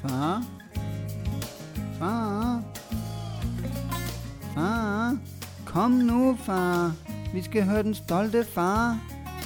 Far? Far? Far? Kom nu, far. Vi skal høre den stolte far.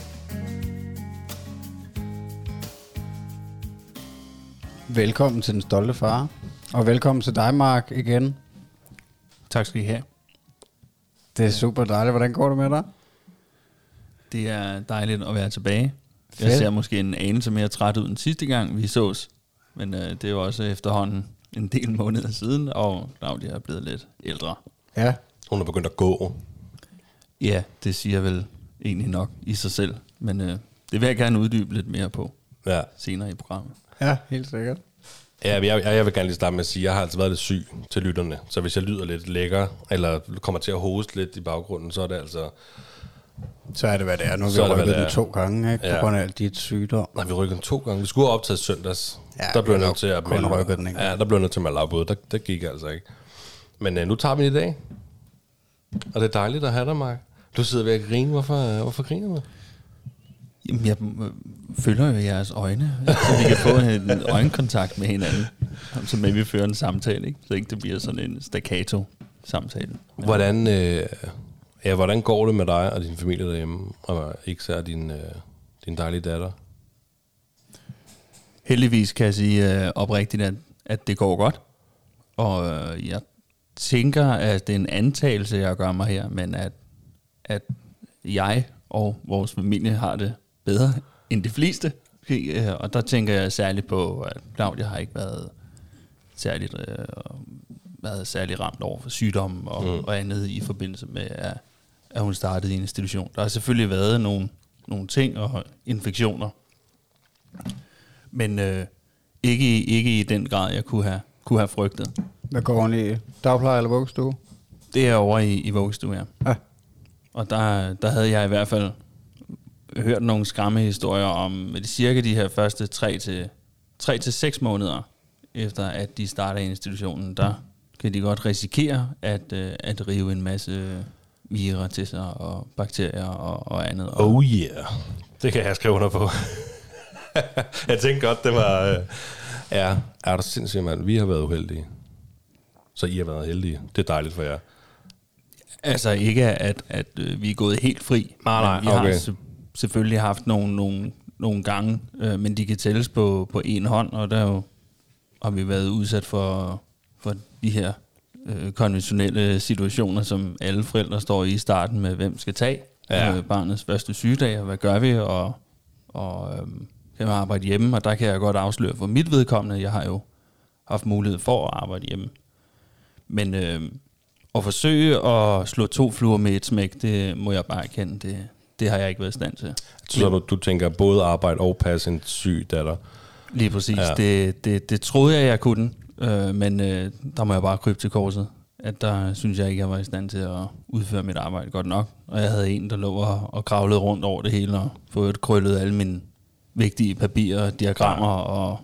Velkommen til den stolte far. Og velkommen til dig, Mark, igen. Tak skal I have. Det er super dejligt. Hvordan går det med dig? Det er dejligt at være tilbage. Fedt. Jeg ser måske en anelse mere træt ud end sidste gang, vi sås. Men det er jo også efterhånden en del måneder siden, og Claudia er blevet lidt ældre. Ja. Hun er begyndt at gå. Ja, det siger vel egentlig nok i sig selv. Men det vil jeg gerne uddybe lidt mere på senere i programmet. Ja, helt sikkert. Ja, jeg vil gerne lige starte med at sige, at jeg har altid været lidt syg til lytterne. Så hvis jeg lyder lidt lækker, eller kommer til at hoste lidt i baggrunden, så er det altså... Så er det, hvad det er. Nu har vi rykket den 2 gange, ikke? På grund af dit sygdom. Nej, vi rykkede den 2 gange. Vi skulle have optaget søndags. Ja, der blev jeg nødt til at melde. Ja, der blev jeg nødt til at melde afbud. Der gik altså ikke. Men nu tager vi det i dag. Og det er dejligt at have dig, Mark. Du sidder ved at grine. Hvorfor griner du? Jamen, jeg følger jo jeres øjne, så vi kan få en øjenkontakt med hinanden, så med vi fører en samtale, ikke? Så ikke det bliver sådan en staccato-samtale. Hvordan går det med dig og din familie derhjemme, og ikke sær din dejlige datter? Heldigvis kan jeg sige oprigtigt, at det går godt, og jeg tænker, at det er en antagelse, jeg gør mig her, men at jeg og vores familie har det bedre end de fleste. Og der tænker jeg særligt på, at Claudia har ikke været særligt ramt over for sygdom og andet i forbindelse med, at hun startede i en institution. Der har selvfølgelig været nogle ting og infektioner, men ikke i den grad, jeg kunne have frygtet. Hvad går hun i? Dagpleje eller vuggestue? Det er over i vuggestue, ja. Og der havde jeg i hvert fald hørt nogle skræmmehistorier om cirka de her første 3 til 6 måneder efter at de starter i institutionen. Der kan de godt risikere at rive en masse virer til sig og bakterier og andet. Oh yeah, det kan jeg skrive under på. Jeg tænkte godt, det var... er der sindssygt, mand. Vi har været uheldige. Så I har været heldige. Det er dejligt for jer. Altså ikke, at vi er gået helt fri. Nej, vi har selvfølgelig haft nogle gange, men de kan tælles på en hånd, og der har vi været udsat for de her konventionelle situationer, som alle forældre står i starten med, hvem skal tage barnets første sygedag, og hvad gør vi, og kan man arbejde hjemme, og der kan jeg godt afsløre for mit vedkommende, jeg har jo haft mulighed for at arbejde hjemme. Men at forsøge at slå 2 fluer med et smæk, det må jeg bare erkende, det har jeg ikke været i stand til. Så du tænker både arbejde og passe en syg datter? Lige præcis. Ja. Det troede jeg kunne, men der må jeg bare krybe til korset. At der synes jeg ikke, jeg var i stand til at udføre mit arbejde godt nok. Og jeg havde en, der lå og kravlede rundt over det hele og fået krøllet alle mine vigtige papirer, diagrammer og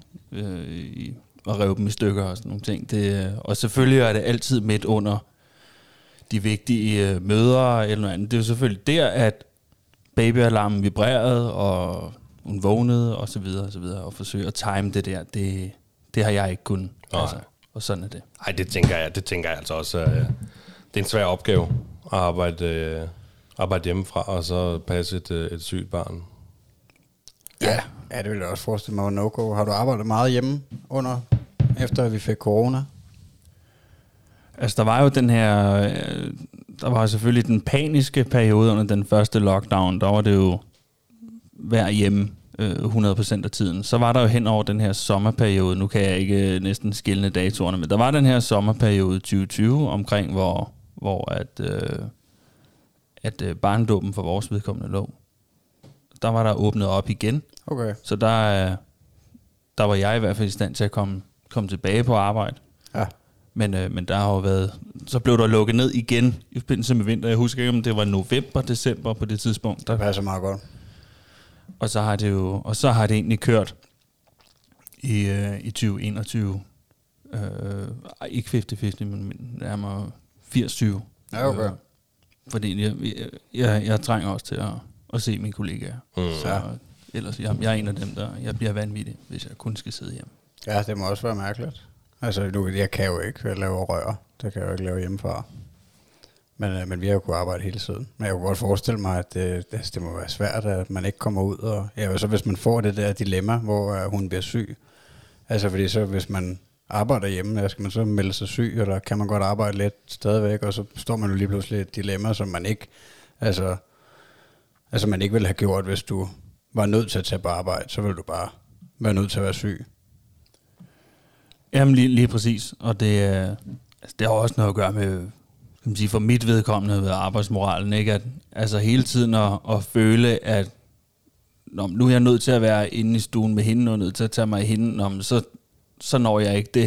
rev dem i stykker og sådan nogle ting. Og selvfølgelig er det altid midt under de vigtige møder eller noget andet. Det er jo selvfølgelig der, at babyalarmen vibrerede, og hun vågnede, og så videre, og så videre, og forsøge at time det der, det har jeg ikke kunnet. Altså, og sådan er det. Nej, det tænker jeg altså også. Det er en svær opgave at arbejde hjemmefra, og så passe et sygt barn. Ja, det vil jeg også forestille mig var no-go. Har du arbejdet meget hjemme efter vi fik corona? Altså, der var jo der var selvfølgelig den paniske periode under den første lockdown. Der var det jo hver hjemme 100% af tiden. Så var der jo hen over den her sommerperiode, nu kan jeg ikke næsten skelne datorerne, men der var den her sommerperiode 2020 omkring, hvor at barndåben for vores vedkommende lå. Der var der åbnet op igen. Okay. Så der var jeg i hvert fald i stand til at komme tilbage på arbejde. Ja. Men der har jo været... Så blev der lukket ned igen i forbindelse med vinter. Jeg husker ikke, om det var november, december på det tidspunkt. Det passer meget godt. Og så har det egentlig kørt i 2021. Ikke 50-50, men nærmere 80-20. Ja, okay. Fordi jeg trænger også til at se mine kollegaer. Så ellers, jeg er en af dem, jeg bliver vanvittig, hvis jeg kun skal sidde hjemme. Ja, det må også være mærkeligt. Altså, nu, jeg kan jo ikke lave rør. Det kan jeg jo ikke lave hjemmefra. Men vi har jo kunnet arbejde hele tiden. Men jeg kunne godt forestille mig, at det må være svært, at man ikke kommer ud. Og, ja, så hvis man får det der dilemma, hvor hun bliver syg. Altså, fordi så hvis man arbejder hjemme, skal man så melde sig syg, eller kan man godt arbejde lidt stadigvæk, og så står man jo lige pludselig et dilemma, som man ikke, altså man ikke ville have gjort, hvis du var nødt til at tage på arbejde, så ville du bare være nødt til at være syg. Jamen lige præcis, og det har også noget at gøre med, kan man sige, for mit vedkommende ved arbejdsmoralen, ikke? At, altså hele tiden at føle, at nu er jeg nødt til at være inde i stuen med hende, og nødt til at tage mig i hende, så når jeg ikke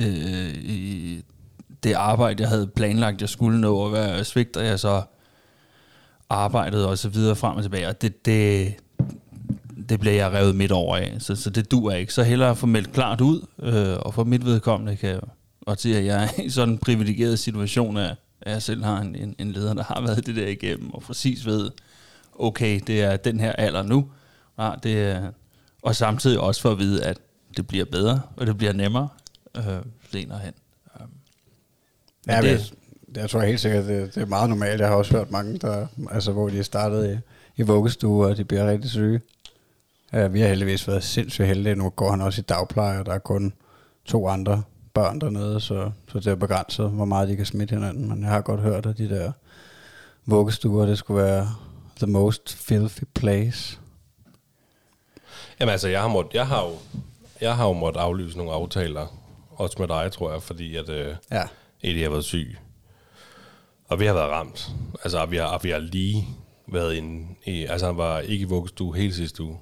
det arbejde, jeg havde planlagt, jeg skulle nå, og hvad svigter jeg så arbejdet og så videre frem og tilbage, og det bliver jeg revet midt over af, så det duer ikke. Så hellere få meldt klart ud, og for mit vedkommende kan jeg godt sige, at jeg er i sådan en privilegeret situation, at jeg selv har en leder, der har været det der igennem, og præcis ved, okay, det er den her alder nu, og samtidig også for at vide, at det bliver bedre, og det bliver nemmere senere hen. Ja, jeg tror helt sikkert, det er meget normalt. Jeg har også hørt mange, hvor de startede i vuggestue, og de bliver rigtig syge. Ja, vi har heldigvis været sindssygt heldige. Nu går han også i dagpleje, og der er kun 2 andre børn dernede, så det er begrænset, hvor meget de kan smitte hinanden. Men jeg har godt hørt, at de der vuggestuer, det skulle være the most filthy place. Jamen altså, jeg har jo måttet aflyse nogle aftaler, også med dig, tror jeg, fordi at Eddie har været syg. Og vi har været ramt. Altså, vi har lige været inde i... Altså, han var ikke i vuggestue hele sidste uge.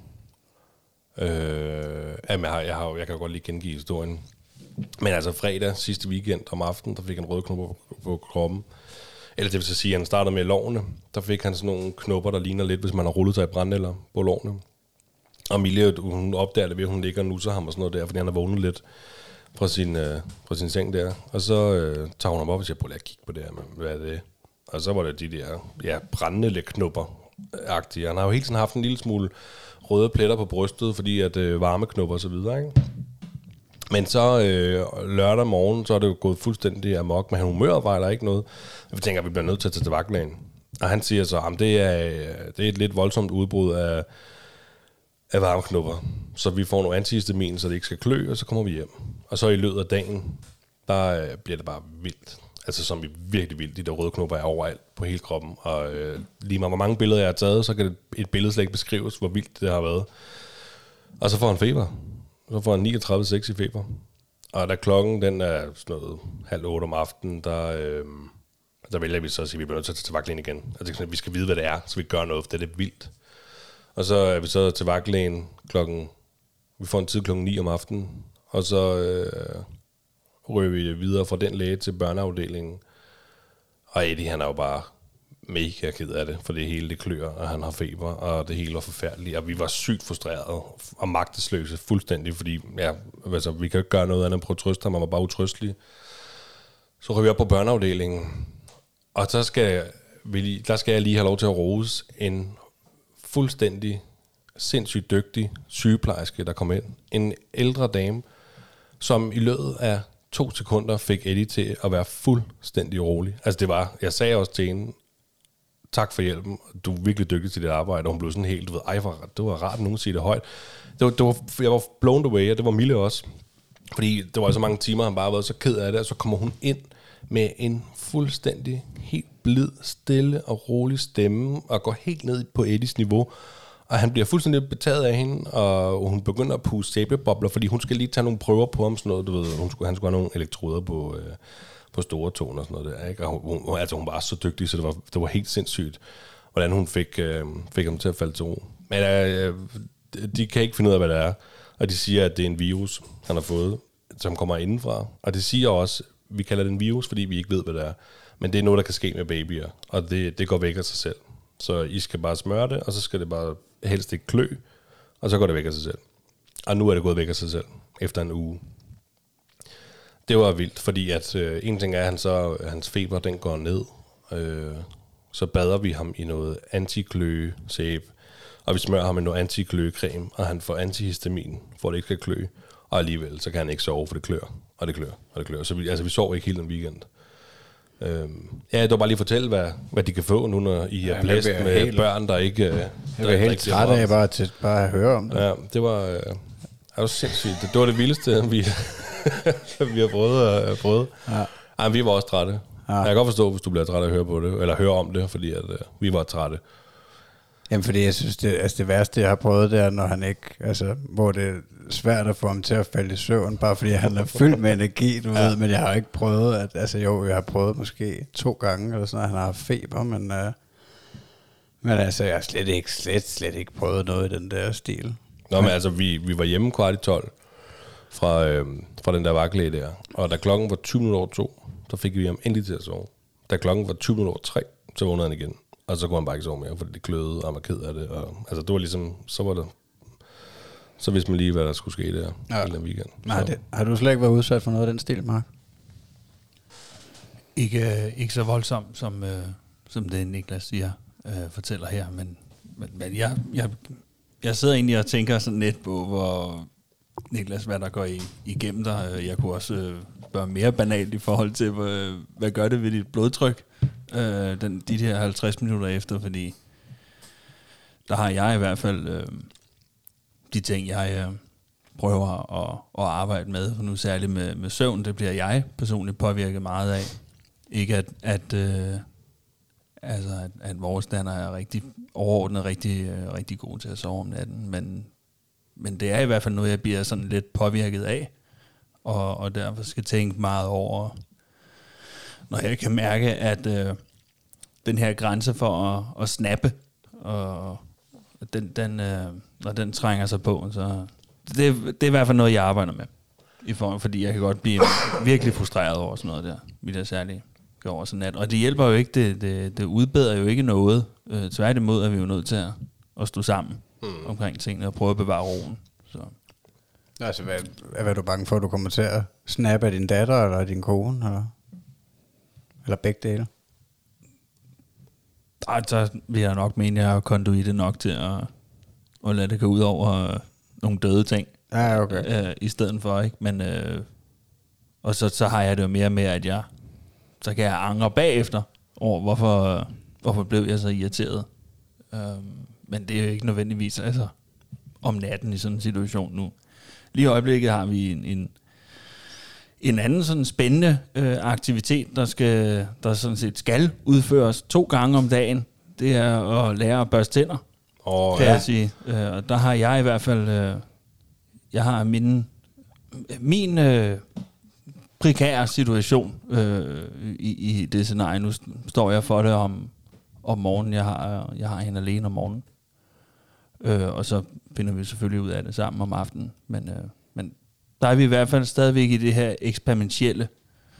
Jeg kan jo godt lige gengive historien. Men altså, fredag sidste weekend om aftenen, der fik han røde knopper på kroppen. Eller det vil så sige, at han startede med lårene. Der fik han sådan nogle knopper, der ligner lidt, hvis man har rullet sig i brændenælder på lårene. Og Mille, hun opdager det ved, at hun ligger nu, så ham og sådan noget der, fordi han har vågnet lidt fra sin seng der. Og så tager hun ham op og siger, prøv at kigge på det her, men hvad er det? Og så var det de der brændenælde-knopper-agtige. Han har jo hele tiden haft en lille smule røde pletter på brystet, fordi at varmeknopper og så videre, ikke? Men så lørdag morgen, så er det jo gået fuldstændig amok, men humøret var der ikke noget. Vi tænker, at vi bliver nødt til at tage til vagtlægen. Og han siger så, at det er et lidt voldsomt udbrud af varmeknopper. Så vi får noget antihistamin, så det ikke skal klø, og så kommer vi hjem. Og så i løbet af dagen, der bliver det bare vildt. Altså som i virkelig vildt. De der røde knopper er overalt på hele kroppen. Og lige meget hvor mange billeder jeg har taget, så kan et billede slet ikke beskrives, hvor vildt det har været. Og så får han feber. Så får han 39,6 i feber. Og da klokken den er sådan noget 7:30 om aftenen, der vælger vi så at sige, at vi bliver nødt til at tage til vagtlægen igen. Altså vi skal vide, hvad det er, så vi gør noget, for det er vildt. Og så er vi så til vagtlægen vi får en tid klokken 9 om aftenen, og så rører vi videre fra den læge til børneafdelingen. Og Eddie, han er jo bare mega ked af det, for det hele det klør, og han har feber, og det hele var forfærdeligt, og vi var sygt frustrerede og magtesløse fuldstændig, fordi vi kan ikke gøre noget andet end at prøve at trøste ham, han var bare utrøstelig. Så rører vi op på børneafdelingen, og så skal jeg lige have lov til at rose en fuldstændig sindssygt dygtig sygeplejerske, der kom ind. En ældre dame, som i løbet af 2 sekunder fik Eddie til at være fuldstændig rolig. Altså jeg sagde også til hende, tak for hjælpen, du er virkelig dygtig til dit arbejde, og hun blev sådan helt, det var rart, at nogen siger det højt. Jeg var blown away, og det var Mille også, fordi det var så mange timer, han bare har været så ked af det, og så kommer hun ind med en fuldstændig helt blid, stille og rolig stemme, og går helt ned på Eddies niveau, og han bliver fuldstændig betaget af hende, og hun begynder at puste sæbebobler, fordi hun skal lige tage nogle prøver på ham, sådan noget, du ved, han skulle have nogle elektroder på store tåen og sådan noget der, ikke? Og hun var så dygtig, så det var helt sindssygt, hvordan hun fik ham til at falde til ro. Men de kan ikke finde ud af, hvad det er, og de siger, at det er en virus, han har fået, som kommer indenfra, og det siger også, vi kalder det en virus, fordi vi ikke ved, hvad det er, men det er noget, der kan ske med babyer, og det går væk af sig selv. Så I skal bare smøre det, og så skal det bare helst ikke klø, og så går det væk af sig selv. Og nu er det gået væk af sig selv, efter en uge. Det var vildt, fordi at en ting er, at hans feber, den går ned. Så bader vi ham i noget antikløesæbe, og vi smører ham med noget antikløecreme, og han får antihistamin, for at det ikke skal klø. Og alligevel, så kan han ikke sove, for det klør, og det klør, og det klør. Så vi sover ikke hele den weekend. Ja, det var bare lige fortælle, hvad de kan få nu, når I er blæst med børn, der ikke... Jeg er helt træt af bare at høre om det. Ja, det var... er jo sindssygt. Det var det vildeste, vi har prøvet. Ja. Ej, vi var også trætte. Ja. Jeg kan godt forstå, hvis du bliver træt af at høre på det, eller høre om det, fordi at, vi var trætte. Jamen, fordi jeg synes, det værste, jeg har prøvet, det er, når han ikke... Altså, hvor det er svært at få ham til at falde i søvn, bare fordi han er fyldt med energi, du ved, men jeg har ikke prøvet at... Altså jo, jeg har prøvet måske 2 gange, eller sådan noget, han har feber, men altså, jeg har slet ikke prøvet noget i den der stil. Nå, men altså, vi var hjemme 11:15 fra den der vagtlæge der, og da klokken var 2:20, så fik vi ham endelig til at sove. Da klokken var 2:03, så vågnede han igen, og så kunne han bare ikke sove mere, fordi det kløede, og han var ked af det, og altså, det var ligesom, så vidste man lige, hvad der skulle ske der hele den weekend. Har du slet ikke været udsat for noget af den stil, Mark? Ikke så voldsomt, som det Niklas siger, fortæller her, men jeg sidder egentlig og tænker sådan lidt på, hvor Niklas, hvad der går igennem dig. Jeg kunne også spørge mere banalt i forhold til, hvad gør det ved dit blodtryk de her 50 minutter efter, fordi der har jeg i hvert fald de ting, jeg prøver at arbejde med, for nu særligt med søvn, det bliver jeg personligt påvirket meget af. Ikke at vores dander er rigtig overordnet rigtig god til at sove om natten, men det er i hvert fald noget, jeg bliver sådan lidt påvirket af, og derfor skal tænke meget over, når jeg kan mærke, at den her grænse for at snappe, og når den trænger sig på, så det er i hvert fald noget, jeg arbejder med, fordi jeg kan godt blive virkelig frustreret over sådan noget der, vil jeg særligt gøre over sådan nat. Og det hjælper jo ikke, det udbedrer jo ikke noget. Tværtimod er vi jo nødt til at stå sammen omkring tingene og prøve at bevare roen. Så. Altså, hvad er du bange for, at du kommer til at snappe af din datter, eller din kone, eller begge dele? Så vil jeg nok mene, at jeg har konduite nok til at lade det gå ud over nogle døde ting. Ja, okay. I stedet for, ikke? Men, og så har jeg det jo mere med, at så kan jeg angre bagefter over, hvorfor blev jeg så irriteret. Men det er jo ikke nødvendigvis om natten i sådan en situation nu. Lige i øjeblikket har vi en anden sådan spændende aktivitet, der sådan set skal udføres 2 gange om dagen. Det er at lære at børste tænder, kan jeg sige. Og der har jeg i hvert fald... jeg har min prekære situation i det scenarie. Nu står jeg for det om morgenen. Jeg har hende alene om morgenen. Og så finder vi selvfølgelig ud af det sammen om aftenen. Men der er vi i hvert fald stadigvæk i det her eksperimentelle,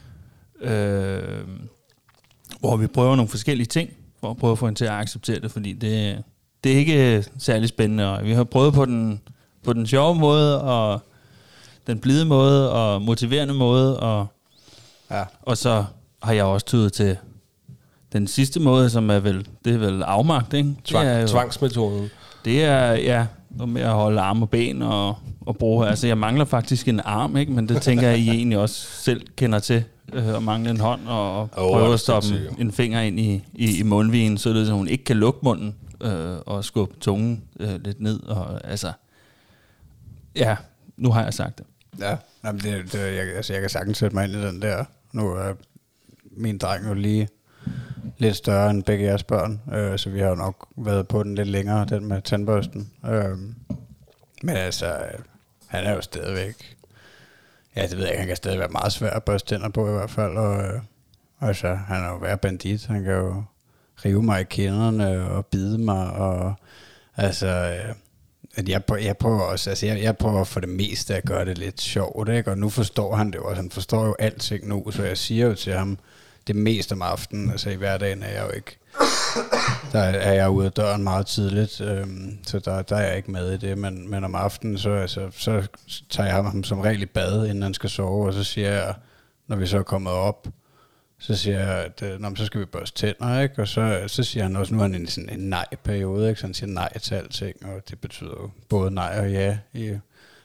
hvor vi prøver nogle forskellige ting, for at prøve at få hende til at acceptere det, fordi det er ikke særlig spændende. Og vi har prøvet på den sjove måde, og den blide måde, og motiverende måde, og så har jeg også tydet til den sidste måde, som er vel afmagt, ikke? Tvangsmetoden. Det er noget med at holde arme og ben og bruge. Altså, jeg mangler faktisk en arm, ikke? Men det tænker jeg, I egentlig også selv kender til. At mangle en hånd og prøve at stoppe en finger ind i mundvigen, så det, så hun ikke kan lukke munden og skubbe tungen lidt ned. Og, altså, ja, nu har jeg sagt det. Ja, jamen jeg kan sagtens sætte mig ind i den der. Nu er min dreng jo lige lidt større end begge jeres børn, så vi har jo nok været på den lidt længere, den med tandbørsten. Men altså, han er jo stadigvæk... Ja, det ved jeg ikke, han kan stadig være meget svær at børste tænder på i hvert fald, og altså, han er jo værd bandit, han kan jo rive mig i kinderne og bide mig, og altså... Jeg prøver også, altså jeg prøver for det meste at gøre det lidt sjovt, ikke? Og nu forstår han det jo også, han forstår jo alting nu, så jeg siger jo til ham, det meste om aftenen, altså i hverdagen er jeg jo ikke, der er jeg ude af døren meget tidligt, så der er jeg ikke med i det, men om aftenen, så tager jeg ham som regel i bad, inden han skal sove, og så siger jeg, når vi så er kommet op, så siger jeg, at så skal vi børste tænder, ikke? Og så siger han også, nu er han i sådan en nej-periode, ikke? Så han siger nej til alting, og det betyder jo både nej og ja i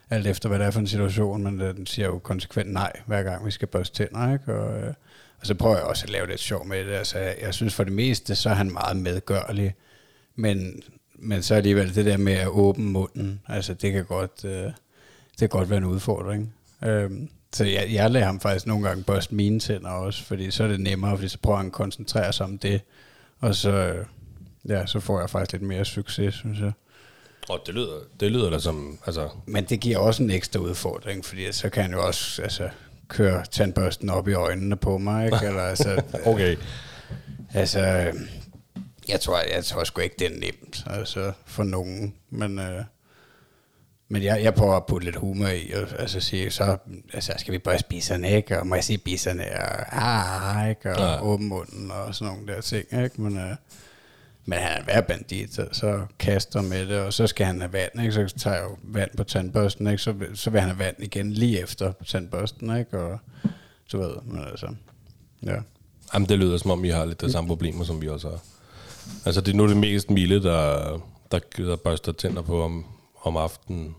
alt efter hvad det er for en situation, men den siger jo konsekvent nej, hver gang vi skal børste tænder, ikke? Og så prøver jeg også at lave lidt sjov med det. Altså, jeg synes for det meste, så er han meget medgørlig, men så alligevel det der med at åbne munden, altså det kan godt være en udfordring. Så jeg lader ham faktisk nogle gange børste mine tænder også, fordi så er det nemmere, fordi så prøver han at koncentrere sig om det, og så får jeg faktisk lidt mere succes, synes jeg. Og det lyder da som... Altså. Men det giver også en ekstra udfordring, fordi så kan han jo også køre tandbørsten op i øjnene på mig, ikke? Eller, altså, okay. Altså, jeg tror sgu ikke, det er nemt altså, for nogen, men jeg prøver at putte lidt humor i, og altså sige, så skal vi bare spise den, ikke? Og må jeg sige biserne, og ikke? Og åbne munden, og sådan nogle der ting, ikke? Men han er en værd bandit, så kaster med det, og så skal han have vand, ikke? Så tager jeg jo vand på tandbørsten, ikke? Så vil han have vand igen lige efter tandbørsten, ikke? Og så ved men altså, ja. Jamen, det lyder som om, I har lidt de samme problemer, som vi også har. Altså, det er nu det mest Mille, der børster tænder på om aftenen.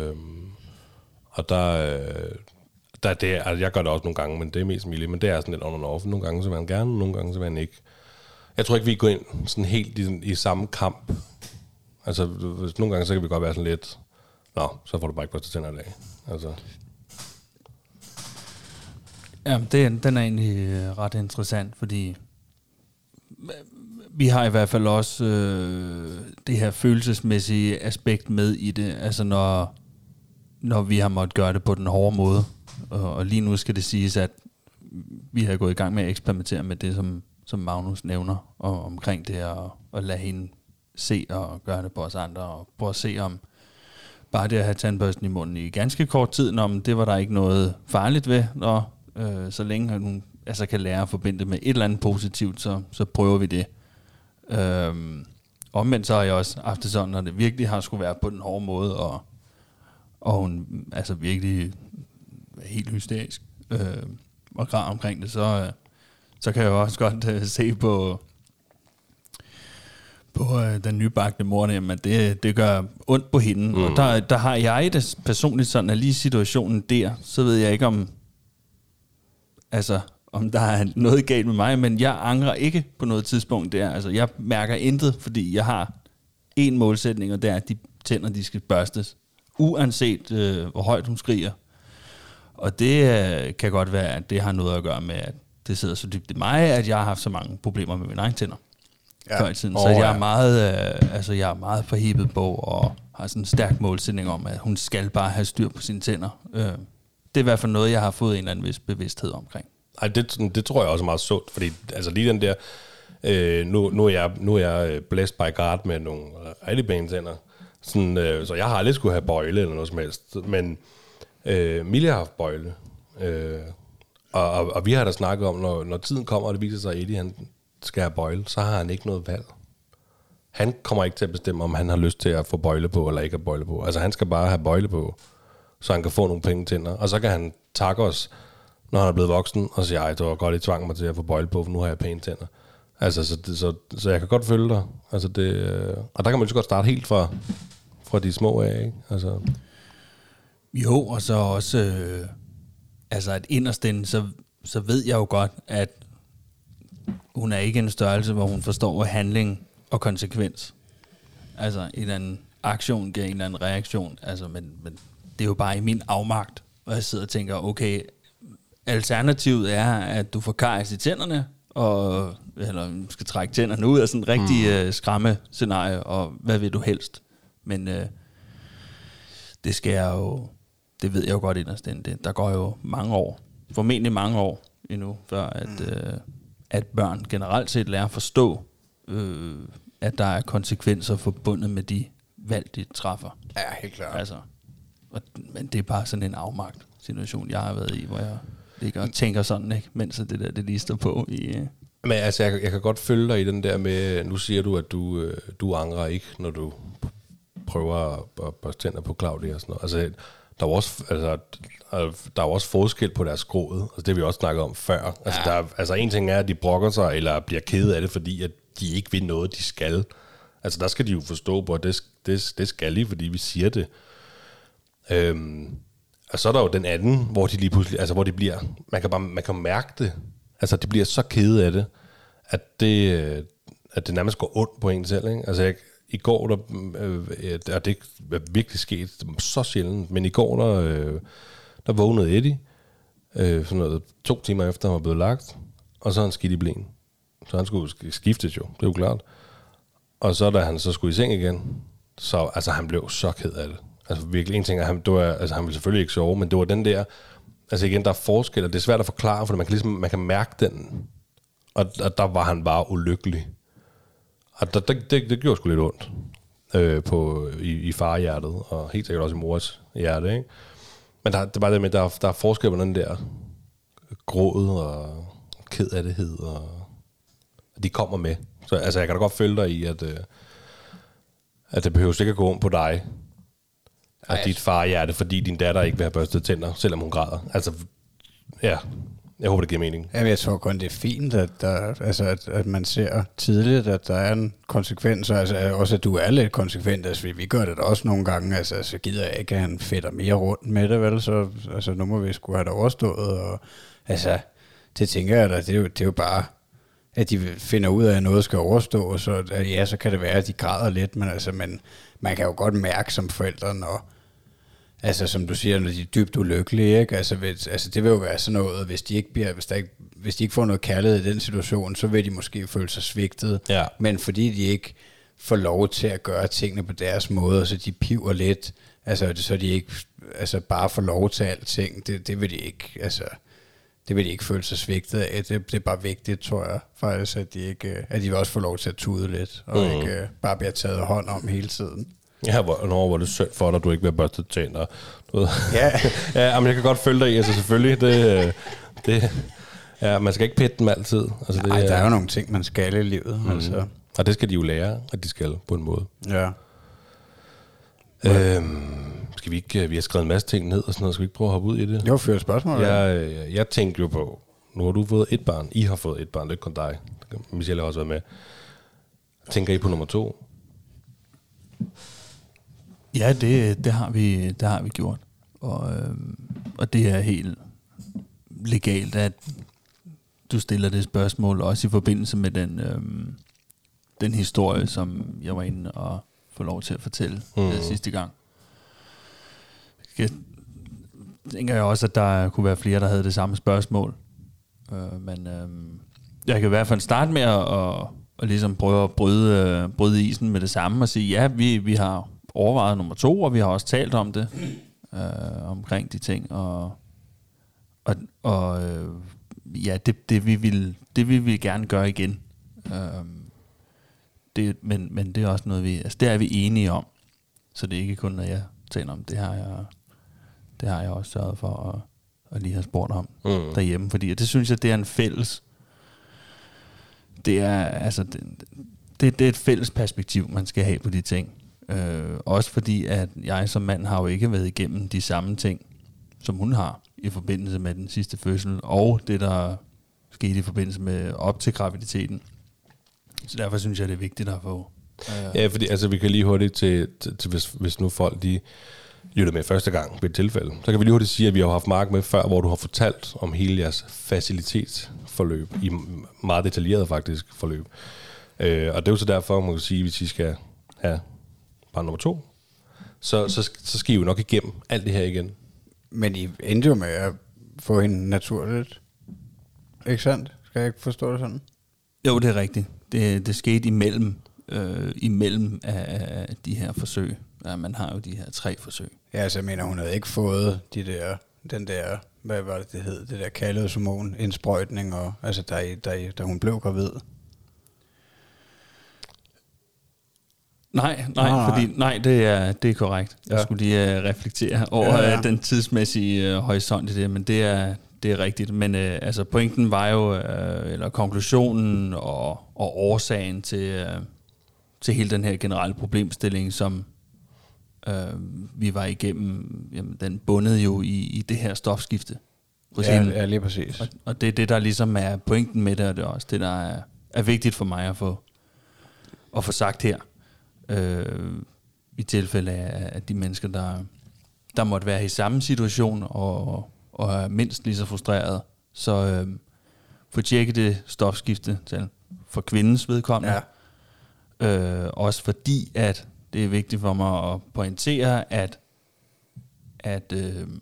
Og der det, altså, jeg gør det også nogle gange, men det er mest Mille, men det er sådan lidt on and off. Nogle gange så vil han gerne, nogle gange så vil han ikke. Jeg tror ikke, vi går ind sådan helt i samme kamp. Altså, nogle gange så kan vi godt være sådan lidt, så får du bare ikke børstet tænder i dag. Altså. Ja, den er egentlig ret interessant, fordi vi har i hvert fald også det her følelsesmæssige aspekt med i det, altså når vi har måttet gøre det på den hårde måde. Og lige nu skal det siges, at vi har gået i gang med at eksperimentere med det, som Magnus nævner, og omkring det at lade hende se og gøre det på os andre, og prøve at se om bare det at have tandbørsten i munden i ganske kort tid, det var der ikke noget farligt ved, så længe hun kan lære at forbinde det med et eller andet positivt, så prøver vi det. Omvendt så har jeg også haft det sådan, når det virkelig har skulle være på den hårde måde, og hun virkelig helt hysterisk og græd omkring det, så kan jeg også godt se på den nybagte mor, at det gør ondt på hende. Og der har jeg det personligt sådan, at lige situationen der, så ved jeg ikke om der er noget galt med mig, men jeg angrer ikke på noget tidspunkt der. Altså, jeg mærker intet, fordi jeg har en målsætning, og det er, at de tænder, de skal børstes, uanset hvor højt hun skriger. Og det kan godt være, at det har noget at gøre med, at det sidder så dybt i mig, at jeg har haft så mange problemer med mine egne tænder før i tiden. Så jeg er meget forhibet på, og har sådan en stærk målsætning om, at hun skal bare have styr på sine tænder. Det er i hvert fald noget, jeg har fået en eller anden vis bevidsthed omkring. Ej, det tror jeg også er meget sundt, fordi altså lige den der, nu er jeg blæst by God med nogle rigtig pæne tænder, sådan, så jeg har aldrig skulle have bøjle eller noget som helst, men Mille har haft bøjle, og vi har da snakket om, når tiden kommer, og det viser sig, at Eddie han skal have bøjle, så har han ikke noget valg. Han kommer ikke til at bestemme, om han har lyst til at få bøjle på, eller ikke have bøjle på. Altså han skal bare have bøjle på, så han kan få nogle penge tænder, og så kan han takke os, når han er blevet voksen, og siger, det var godt, I tvang mig til at få bøjle på, for nu har jeg pæne tænder. Altså, så jeg kan godt følge dig. Altså, og der kan man jo godt starte helt fra de små af, ikke? Altså. Jo, og så også, at inderst inde, så ved jeg jo godt, at hun er ikke en størrelse, hvor hun forstår handling og konsekvens. Altså, en eller anden aktion giver en eller anden reaktion. Altså, men det er jo bare i min afmagt, og jeg sidder og tænker, okay, alternativet er, at du får karies i tænderne, eller skal trække tænderne ud af sådan en rigtig skræmme-scenarie, og hvad vil du helst? Men det skal jeg jo, det ved jeg jo godt inderst inde. Der går jo mange år, formentlig mange år endnu, før at børn generelt set lærer at forstå, at der er konsekvenser forbundet med de valg, de træffer. Ja, helt klart. Altså, men det er bare sådan en afmagt situation, jeg har været i, hvor jeg ligger og tænker sådan, ikke? Mens det lige står på i... Men altså, jeg kan godt følge dig i den der med, nu siger du, at du angrer ikke, når du prøver at børste tænder på Claudia og sådan noget. Altså, der er også forskel på deres gråd. Altså, det har vi også snakket om før. Altså, en ting er, at de brokker sig, eller bliver kede af det, fordi at de ikke vil noget, de skal. Altså, der skal de jo forstå på, at det skal de, fordi vi siger det. Og så er der jo den anden, hvor de lige pludselig, altså hvor de bliver, man kan mærke det, altså de bliver så kede af det, at det nærmest går ondt på en selv, ikke? Altså i går, og det er virkelig sket så sjældent, men i går, der vågnede Eddie, sådan noget 2 timer efter, han var blevet lagt, og så er han skidt i blen. Så han skulle skiftes jo, det er jo klart. Og så da han så skulle i seng igen, så altså han blev så ked af det. Altså virkelig, en ting er, han ville selvfølgelig ikke sove, men det var den der, altså igen, der er forskel, og det er svært at forklare, for man kan mærke den, og der var han bare ulykkelig. Og det gjorde sgu lidt ondt i farhjertet, og helt sikkert også i mors hjerte, ikke? Men det er bare det med, der er forskel på den der gråd og kedattighed, og de kommer med. Så altså, jeg kan da godt følge dig i, at det behøver ikke at gå om på dig, at dit farhjerte, fordi din datter ikke vil have børstet tænder, selvom hun græder. Altså, ja, jeg håber, det giver mening. Jamen, jeg tror kun, det er fint, at man ser tidligt, at der er en konsekvens, og altså, også at du er lidt konsekvent. Altså, vi gør det da også nogle gange, altså, så gider jeg ikke, at han fedter mere rundt med det, vel? Så altså, nu må vi sgu have det overstået, og altså, det tænker jeg da, det er jo bare, at de finder ud af, at noget skal overstå, og så, ja, så kan det være, at de græder lidt, men altså, man kan jo godt mærke som forældre, når, altså som du siger, når de er dybt ulykkelige, ikke? Altså det vil jo være sådan noget, hvis de ikke får noget kærlighed i den situation, så vil de måske føle sig svigtet, ja. Men fordi de ikke får lov til at gøre tingene på deres måde, så de piver lidt, altså så de ikke bare får lov til alting, det vil de ikke, altså det vil de ikke føle sig svigtet af. Det er bare vigtigt, tror jeg, faktisk, at de også får lov til at tude lidt, og ikke bare bliver taget hånd om hele tiden. Ja, hvor det synd for dig, at du ikke bliver børstet tænder. Ja. Ja, men jeg kan godt følge dig i, altså selvfølgelig, ja, man skal ikke pætte dem altid. Altså, Nej, der er jo nogle ting, man skal i livet. Altså. Og det skal de jo lære, at de skal på en måde. Ja. Skal vi ikke, vi har skrevet en masse ting ned og sådan noget, skal vi ikke prøve at hoppe ud i det? Jo, før spørgsmål. Jeg tænkte jo på, nu har du fået et barn, I har fået et barn, det er ikke kun dig. Michelle har også været med. Tænker I på nummer 2? Ja, det har vi gjort. Og det er helt legalt, at du stiller det spørgsmål, også i forbindelse med den historie, som jeg var inde og få lov til at fortælle sidste gang. Jeg tænker jeg også, at der kunne være flere, der havde det samme spørgsmål. Men jeg kan i hvert fald starte med at ligesom prøve at bryde isen med det samme og sige, ja, vi har overvejet nummer 2, og vi har også talt om det, omkring de ting, og ja, det vi vil gerne gøre igen. Men det er også noget, det er vi enige om, så det er ikke kun, når jeg taler om, det har jeg også sørget for at lige have spurgt om derhjemme, fordi det synes jeg, det er en fælles, det er et fælles perspektiv, man skal have på de ting. Også fordi, at jeg som mand har jo ikke været igennem de samme ting, som hun har i forbindelse med den sidste fødsel, og det, der skete i forbindelse med op til graviditeten. Så derfor synes jeg, det er vigtigt at få... Ja, fordi altså, vi kan lige hurtigt til hvis nu folk de lytter med første gang ved et tilfælde, så kan vi lige hurtigt sige, at vi har haft Mark med før, hvor du har fortalt om hele jeres facilitetsforløb, i meget detaljeret faktisk forløb. Og det er jo så derfor, man kan sige, hvis I skal have barn nummer 2, så skal I jo nok igennem alt det her igen. Men I endte jo med at få hende naturligt. Ikke sandt? Skal jeg ikke forstå det sådan? Jo, det er rigtigt. Det skete imellem af de her forsøg. Ja, man har jo de her 3 forsøg. Ja, altså jeg mener, hun havde ikke fået den der, hvad var det hed, det der kærlighedshormon, indsprøjtning, og altså da hun blev gravid. Nej, fordi det er korrekt. Jeg skulle lige reflektere over den tidsmæssige horisont i det, men det er rigtigt. Men altså pointen var jo, eller konklusionen og årsagen til hele den her generelle problemstilling, som vi var igennem, jamen, den bundede jo i det her stofskifte. Ja, lige præcis. Og det er det, der ligesom er pointen med det, og det er også det, der er vigtigt for mig at få sagt her. I tilfælde af de mennesker, der måtte være i samme situation og er mindst lige så frustreret, så få tjekket det stofskiftetal for kvindens vedkommende. Ja. Også fordi, at det er vigtigt for mig at pointere, at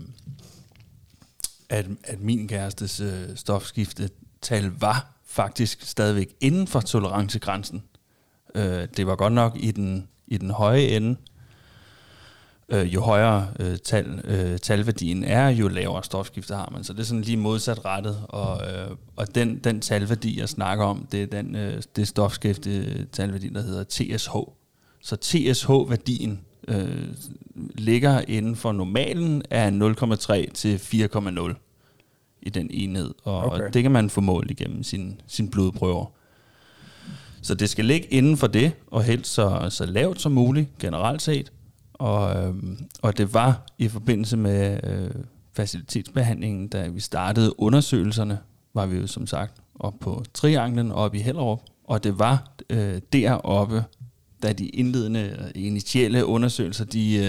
min kærestes stofskiftetal var faktisk stadigvæk inden for tolerancegrænsen. Det var godt nok i den høje ende. Jo højere talværdien er, jo lavere stofskifte har man. Så det er sådan lige modsat rettet. Og den talværdi, jeg snakker om, det er det stofskifte talværdi, der hedder TSH. Så TSH-værdien ligger inden for normalen af 0,3 til 4,0 i den enhed. Og det kan man få målt igennem sin blodprøver. Så det skal ligge inden for det, og helst så lavt som muligt, generelt set. Og det var i forbindelse med facilitetsbehandlingen, da vi startede undersøgelserne, var vi jo som sagt oppe på Trianglen oppe i Hellerup. Og det var deroppe, da de indledende initielle undersøgelser,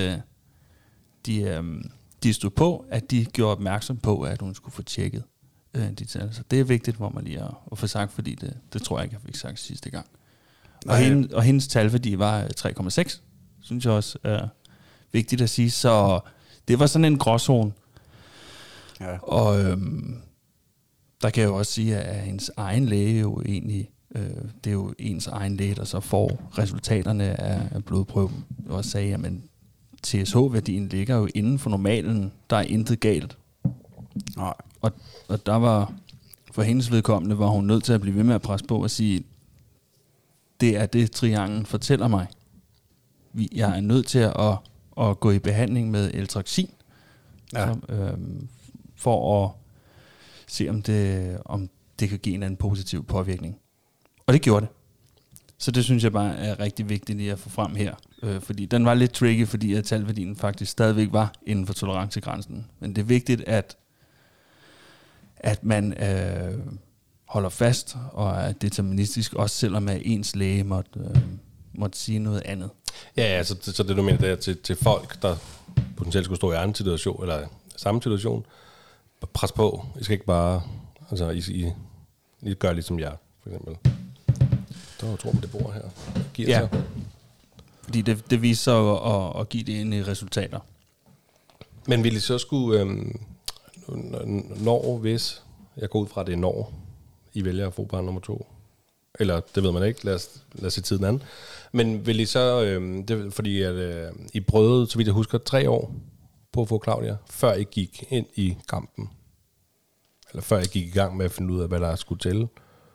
de stod på, at de gjorde opmærksom på, at hun skulle få tjekket de tal. Så det er vigtigt for mig lige at få sagt, fordi det tror jeg ikke, jeg fik sagt sidste gang. Og hendes talværdi var 3,6, synes jeg også er vigtigt at sige. Så det var sådan en gråzone. Ja. Og der kan jeg jo også sige, at hendes egen læge jo egentlig, det er jo ens egen læge, der så får resultaterne af blodprøven, og sagde, at TSH-værdien ligger jo inden for normalen, der er intet galt. Nej. Og der var, for hendes vedkommende, var hun nødt til at blive ved med at presse på og sige, det er det, Trianglen fortæller mig. Jeg er nødt til at gå i behandling med Eltraxin, for at se, om det kan give en anden positiv påvirkning. Og det gjorde det. Så det synes jeg bare er rigtig vigtigt lige at få frem her. Fordi den var lidt tricky, fordi at talværdien faktisk stadigvæk var inden for tolerancegrænsen. Men det er vigtigt, at man holder fast og er deterministisk, også selvom at ens læge måtte sige noget andet. Ja, så det du mener, det er til folk, der potentielt skulle stå i anden situation, eller samme situation, pres på. I skal ikke bare, altså I gør ligesom jeg, for eksempel. Der tror man det bor her. Giver sig. Fordi det viser sig at give det ind i resultater. Men vil I så skulle, når hvis, jeg går ud fra, det er når, I vælger at få barn nummer 2, eller det ved man ikke, lad os se tiden an. Men vil I så, fordi at I prøvede, så vidt jeg husker, 3 år på at få Claudia, før I gik ind i kampen? Eller før I gik i gang med at finde ud af, hvad der skulle tælle?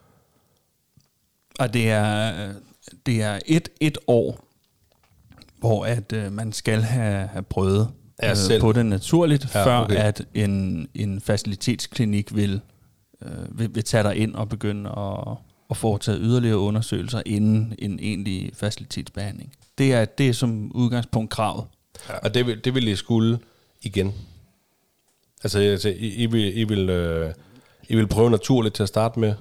Og det er et år, hvor at man skal have prøvet på det naturligt, før at en facilitetsklinik vil tage dig ind og begynde at foretage yderligere undersøgelser inden en egentlig facilitetsbehandling. Det er som udgangspunkt kravet. Ja. Og det vil I skulle igen? Altså I vil prøve naturligt til at starte med?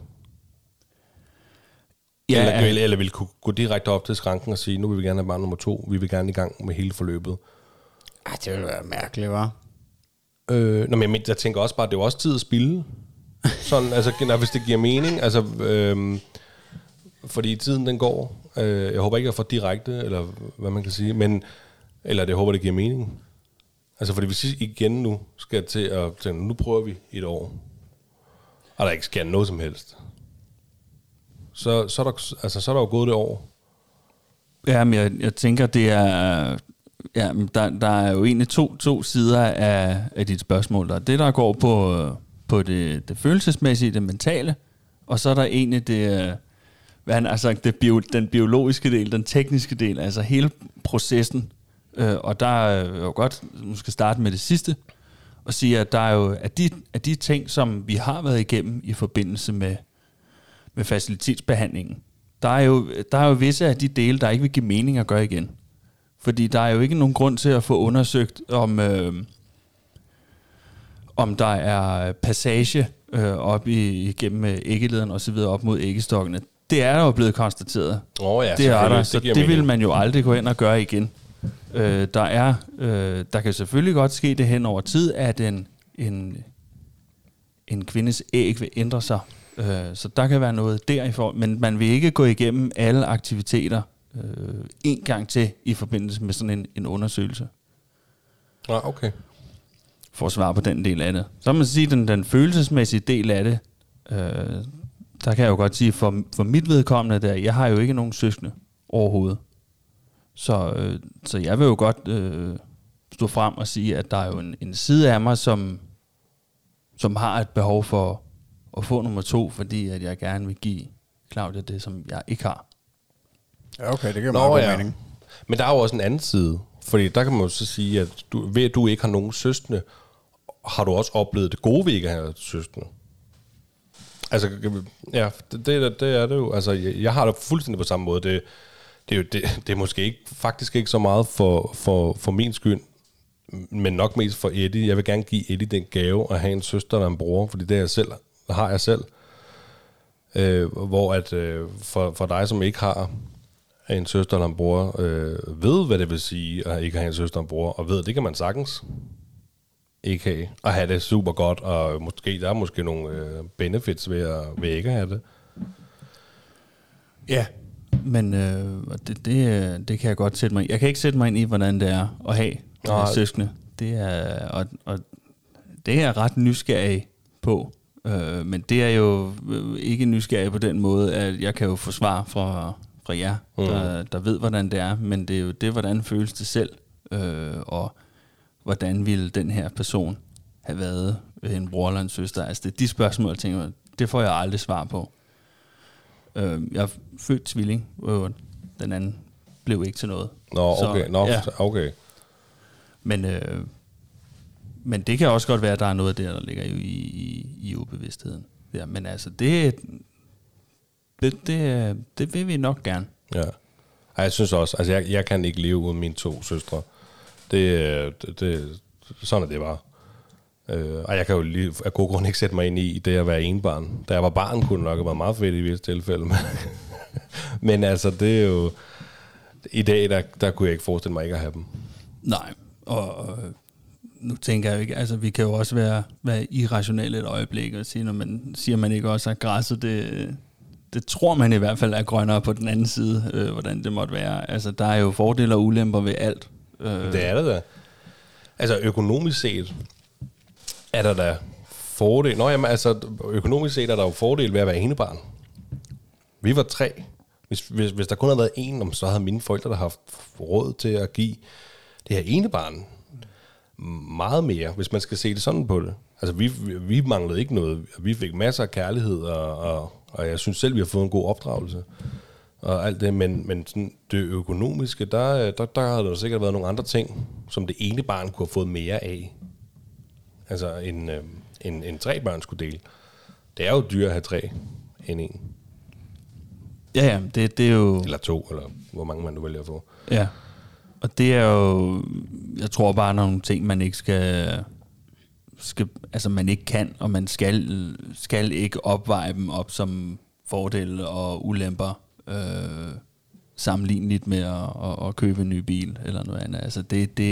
Ja, eller vil kunne gå direkte op til skranken og sige, nu vil vi gerne have barn nummer 2, vi vil gerne i gang med hele forløbet? Det ville være mærkeligt, hva'? Men jeg tænker også bare, det er jo også tid at spilde. Sådan, altså, hvis det giver mening. Altså, fordi tiden den går. Jeg håber ikke, at jeg får direkte, eller hvad man kan sige, men eller det håber, det giver mening. Altså, fordi hvis I igen nu skal til at tænke, nu prøver vi et år, og der ikke sker noget som helst, så er der jo gået det år. Ja, men jeg tænker, det er... Ja, der er jo egentlig to sider af dit spørgsmål. Der er det, der går på det følelsesmæssige, det mentale, og så er der egentlig det, hvad han har sagt, den biologiske del, den tekniske del, altså hele processen. Og der er jo godt, nu skal starte med det sidste, og sige, at der er jo at de ting, som vi har været igennem i forbindelse med facilitetsbehandlingen, der er jo visse af de dele, der ikke vil give mening at gøre igen. Fordi der er jo ikke nogen grund til at få undersøgt, om der er passage op igennem æggelederen og så videre op mod æggestokkene. Det er jo blevet konstateret. Ja, det er der, så det vil man jo aldrig gå ind og gøre igen. Der kan selvfølgelig godt ske det hen over tid, at en kvindes æg vil ændre sig. Så der kan være noget der i forhold, men man vil ikke gå igennem alle aktiviteter en gang til i forbindelse med sådan en undersøgelse. Ja, okay. For at svare på den del af det. Så må man sige, den følelsesmæssige del af det, der kan jeg jo godt sige, for mit vedkommende der, jeg har jo ikke nogen søskende overhovedet. Så jeg vil jo godt stå frem og sige, at der er jo en side af mig, som har et behov for at få nummer 2, fordi at jeg gerne vil give Claudia det, som jeg ikke har. Ja, okay, det giver meget god mening. Men der er jo også en anden side, fordi der kan man jo så sige, at ved at du ikke har nogen søskende, har du også oplevet det gode ved ikke at have søskende. Altså, ja, det er det jo. Altså, jeg har det fuldstændig på samme måde. Det er måske ikke, faktisk ikke så meget for min skyld, men nok mest for Eddie. Jeg vil gerne give Eddie den gave at have en søster eller en bror, fordi det har jeg selv. Hvor at for dig, som ikke har en søster eller en bror, ved, hvad det vil sige at ikke have en søster eller en bror, og ved, det kan man sagtens ikke have, og have det super godt, og der er måske nogle benefits ved ikke at have det. Ja, men det kan jeg godt sætte mig. Jeg kan ikke sætte mig ind i, hvordan det er at have søskende. Det er, og det er jeg ret nysgerrig på. Men det er jo ikke nysgerrig på den måde, at jeg kan jo få svar fra jer, der ved, hvordan det er. Men det er jo det, hvordan føles det selv, og hvordan ville den her person have været en bror eller en søster. Altså det er de spørgsmål, jeg tænker, det får jeg aldrig svar på. Jeg er født tvilling, og den anden blev ikke til noget. Nå, okay. Okay. Men det kan også godt være, at der er noget der ligger jo i ubevidstheden. Ja, men altså, det vil vi nok gerne. Ja. Jeg synes også, altså jeg kan ikke leve uden mine 2 søstre. Sådan er det bare. Og jeg kan jo lige af god grund ikke sætte mig ind i det at være enebarn. Da jeg var barn, kunne det nok have været meget fedt i visse tilfælde. Men altså, det er jo... I dag, der kunne jeg ikke forestille mig ikke at have dem. Nej, og nu tænker jeg jo ikke... Altså, vi kan jo også være irrationelle et øjeblik og sige, når man siger, man ikke også, at græsset, det tror man i hvert fald er grønnere på den anden side, hvordan det måtte være. Altså, der er jo fordele og ulemper ved alt. Det er det da. Altså, økonomisk set er der da fordel. Nå, jamen, altså, økonomisk set er der jo fordel ved at være enebarn. Vi var 3. Hvis der kun havde været 1, så havde mine forældre der haft råd til at give det her enebarn meget mere, hvis man skal se det sådan på det. Altså, vi manglede ikke noget. Vi fik masser af kærlighed, og jeg synes selv, vi har fået en god opdragelse. Og alt det, men sådan det økonomiske, der havde der sikkert været nogle andre ting, som det ene barn kunne have fået mere af. Altså en 3 børn skulle dele. Det er jo dyrt at have 3 end 1. Ja, det er jo... Eller 2, eller hvor mange man nu vælger at få. Ja, og det er jo... Jeg tror bare nogle ting, man ikke skal altså man ikke kan, og man skal ikke opveje dem op som fordele og ulemper, sammenligneligt med at købe en ny bil eller noget andet. Altså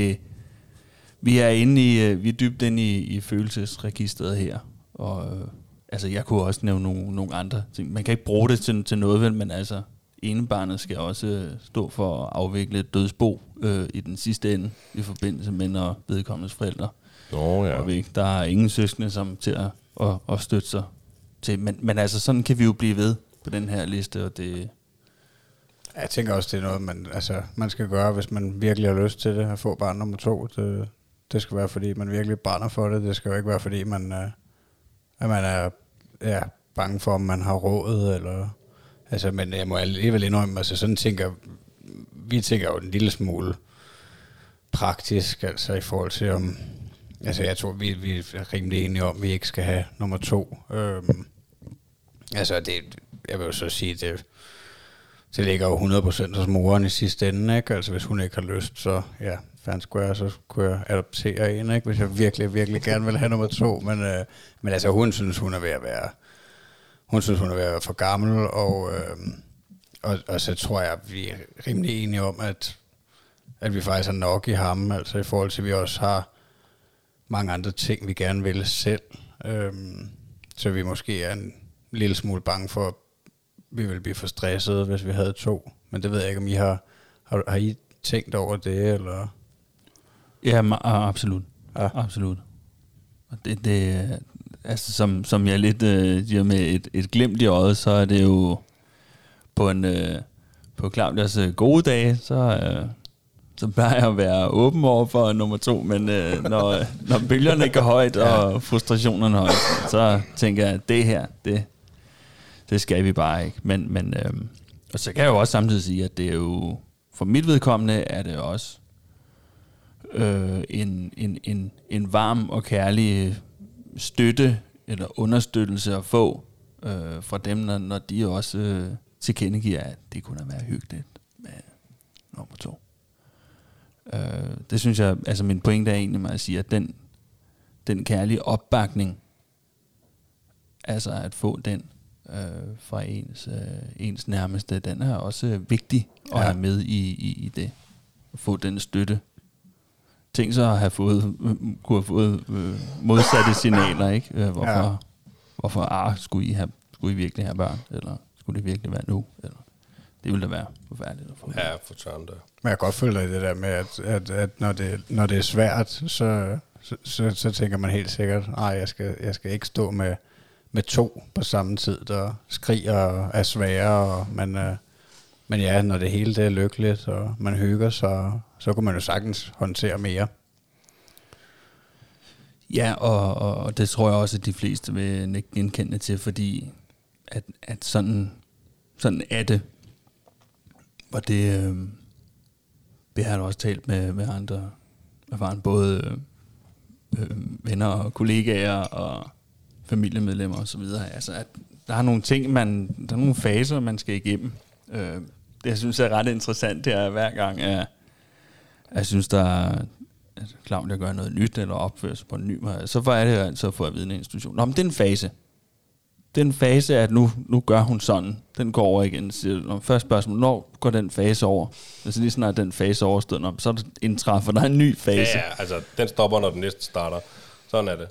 vi er dybt inde i følelsesregistret her, og altså jeg kunne også nævne nogle andre ting. Man kan ikke bruge det til noget, vel, men altså enebarnet skal også stå for at afvikle et dødsbo i den sidste ende i forbindelse med når vedkommendes forældre. Og der er ingen søskende som til at støtte sig til, men altså sådan kan vi jo blive ved på den her liste, og det... Jeg tænker også, det er noget, man skal gøre, hvis man virkelig har lyst til det, at få barn nummer 2. Det skal være, fordi man virkelig brænder for det. Det skal jo ikke være, fordi man er bange for, om man har råd, eller... Altså, men jeg må alligevel indrømme, altså sådan vi tænker jo en lille smule praktisk, altså i forhold til om... Altså, jeg tror, vi er rimelig enige om, at vi ikke skal have nummer 2. Altså, jeg vil jo så sige, det ligger jo 100% hos moren i sidste ende, ikke? Altså, hvis hun ikke har lyst, så ja, fair square, så kunne jeg adoptere en, ikke? Hvis jeg virkelig, virkelig gerne vil have nummer 2. Men altså, hun synes, hun er ved at være for gammel, og så tror jeg, vi er rimelig enige om, at vi faktisk er nok i ham, altså i forhold til, at vi også har mange andre ting, vi gerne vil selv. Så vi måske er en lille smule bange for, at vi vil blive for stressede, hvis vi havde 2. Men det ved jeg ikke, om I har I tænkt over det, eller? Ja, absolut. Ja. Absolut. Og det altså som jeg lidt siger med et glimt i øjet, så er det jo på Claudias gode dage, så plejer jeg at være åben over for nummer 2, men når bølgerne ikke er højt, og frustrationerne er højt, så tænker jeg, at det her, det skal vi bare ikke. Men og så kan jeg jo også samtidig sige, at det er jo, for mit vedkommende, er det også en varm og kærlig støtte, eller understøttelse at få fra dem, når de også tilkendegiver, at det kunne være hyggeligt med nummer 2. Det synes jeg, altså min pointe er egentlig med at sige, at den kærlige opbakning, altså at få den fra ens nærmeste, den er også vigtig at have med i det. At få den støtte. Tænk så at kunne have fået modsatte signaler, ikke? Hvorfor skulle I virkelig have børn? Eller skulle det virkelig være nu? Eller, det ville da være forfærdeligt at få. Ja, for tørn der. Men jeg kan godt følge dig i det der med, at når det er svært, så tænker man helt sikkert, jeg skal ikke stå med 2 på samme tid, der skriger og er svære. Men ja, når det hele det er lykkeligt, og man hygger, så kunne man jo sagtens håndtere mere. Ja, og det tror jeg også, at de fleste vil ikke genkende til, fordi at sådan er det. Og det har jeg også talt med andre erfaren, både venner og kollegaer og familiemedlemmer og så videre. Altså, at der er nogle ting, der er nogle faser, man skal igennem. Det, jeg synes er ret interessant, det er hver gang, at jeg synes, at Claudia gør noget nyt, eller opfører sig på en ny måde, så er det altså at få at vide en institution. Nå, men det er en fase. Det er en fase, at nu gør hun sådan. Den går over igen. Første spørgsmål, når går den fase over? Altså lige snart den fase overstået, så indtræffer der en ny fase. Ja, altså den stopper, når den næste starter. Sådan er det.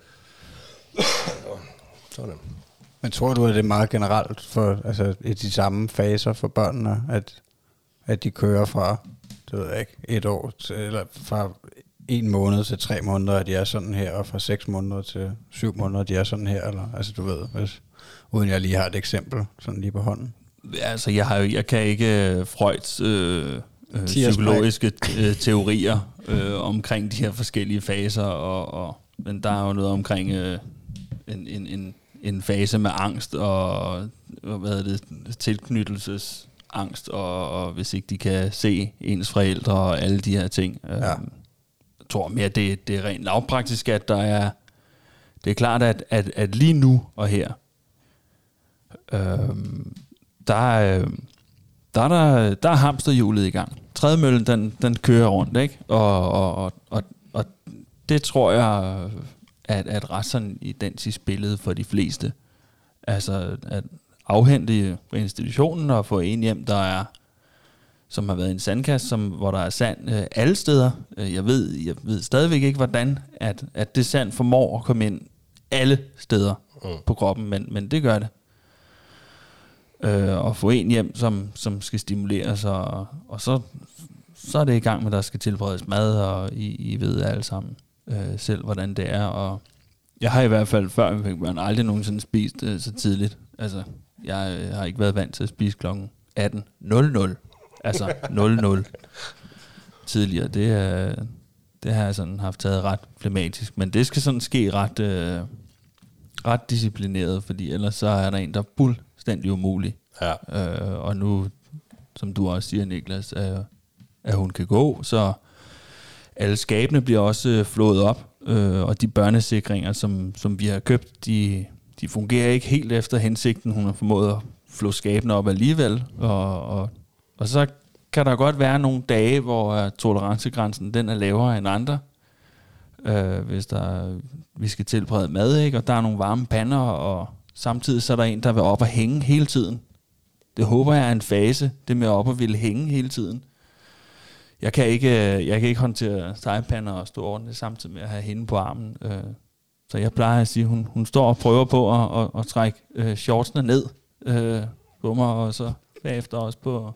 Sådan. Men tror du, at det er meget generelt for i de samme faser for børnene, at de kører fra, det ved jeg ikke, 1 år til, eller fra 1 måned til 3 måneder, at de er sådan her, og fra 6 måneder til 7 måneder, at de er sådan her, eller altså du ved, uden jeg lige har et eksempel sådan lige på hånden. Altså jeg kan ikke Freuds psykologiske teorier omkring de her forskellige faser, men der er jo noget omkring en fase med angst og tilknyttelsesangst, og hvis ikke de kan se ens forældre og alle de her ting. Jeg tror mere, det er rent lavpraktisk, at det er klart, at lige nu og her, der er hamsterhjulet i gang. Trædemøllen, den kører rundt, ikke? Og det tror jeg er et ret sådan identisk billede for de fleste. Altså at afhente institutionen og få en hjem, som har været en sandkasse, hvor der er sand alle steder. Jeg ved stadigvæk ikke, hvordan at det sand formår at komme ind alle steder på kroppen, men det gør det. Og få en hjem, som skal stimuleres, og så er det i gang med, at der skal tilberedes mad, og I ved alle sammen selv, hvordan det er. Og jeg har i hvert fald, før vi fik børn, aldrig nogensinde spist så tidligt. Altså, jeg har ikke været vant til at spise klokken 18.00. Altså 00 tidligere. Det har jeg sådan haft taget ret flematisk, men det skal sådan ske ret disciplineret, fordi ellers så er der en, der er fuldstændig umulig. Ja. Og nu, som du også siger, Niklas, at hun kan gå, så alle skabene bliver også flået op, og de børnesikringer, som vi har købt, de fungerer ikke helt efter hensigten. Hun har formået at flå skabene op alligevel, og så kan der godt være nogle dage, hvor tolerancegrænsen den er lavere end andre, hvis vi skal tilberede mad, ikke? Og der er nogle varme pander, og samtidig så er der en, der vil op og hænge hele tiden. Det håber jeg er en fase, det med op og ville hænge hele tiden. jeg kan ikke håndtere stegepander og stå ordentligt samtidig med at have hende på armen. Så jeg plejer at sige, hun står og prøver på at trække shortsene ned på mig, og så bagefter også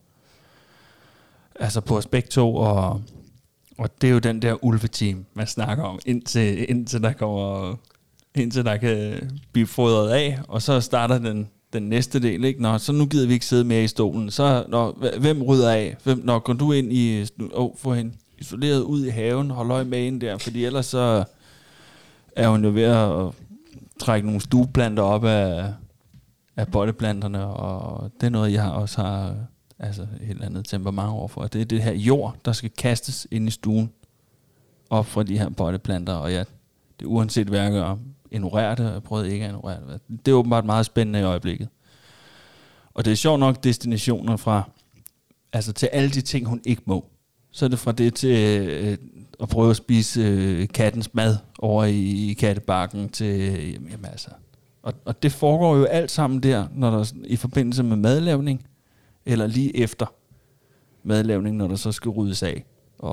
på os begge to, og det er jo den der ulveteam, man snakker om, indtil der kan blive fodret af, og så starter den næste del, ikke? Så nu gider vi ikke sidde mere i stolen. Så, hvem rydder af? Går du ind i... få hende isoleret ud i haven, hold øje med hende der, fordi ellers så er hun jo ved at trække nogle stueplanter op af potteplanterne, og det er noget, jeg også har et helt andet temperament overfor. Det er det her jord, der skal kastes ind i stuen op fra de her potteplanter, og det er uanset hvad jeg gør, ignorere det, og jeg prøvede ikke at ignorere det. Det er åbenbart meget spændende i øjeblikket. Og det er sjovt nok destinationer fra, til alle de ting, hun ikke må. Så er det fra det til at prøve at spise kattens mad over i kattebakken til, Og det foregår jo alt sammen der, når der i forbindelse med madlavning, eller lige efter madlavning, når der så skal ryddes af.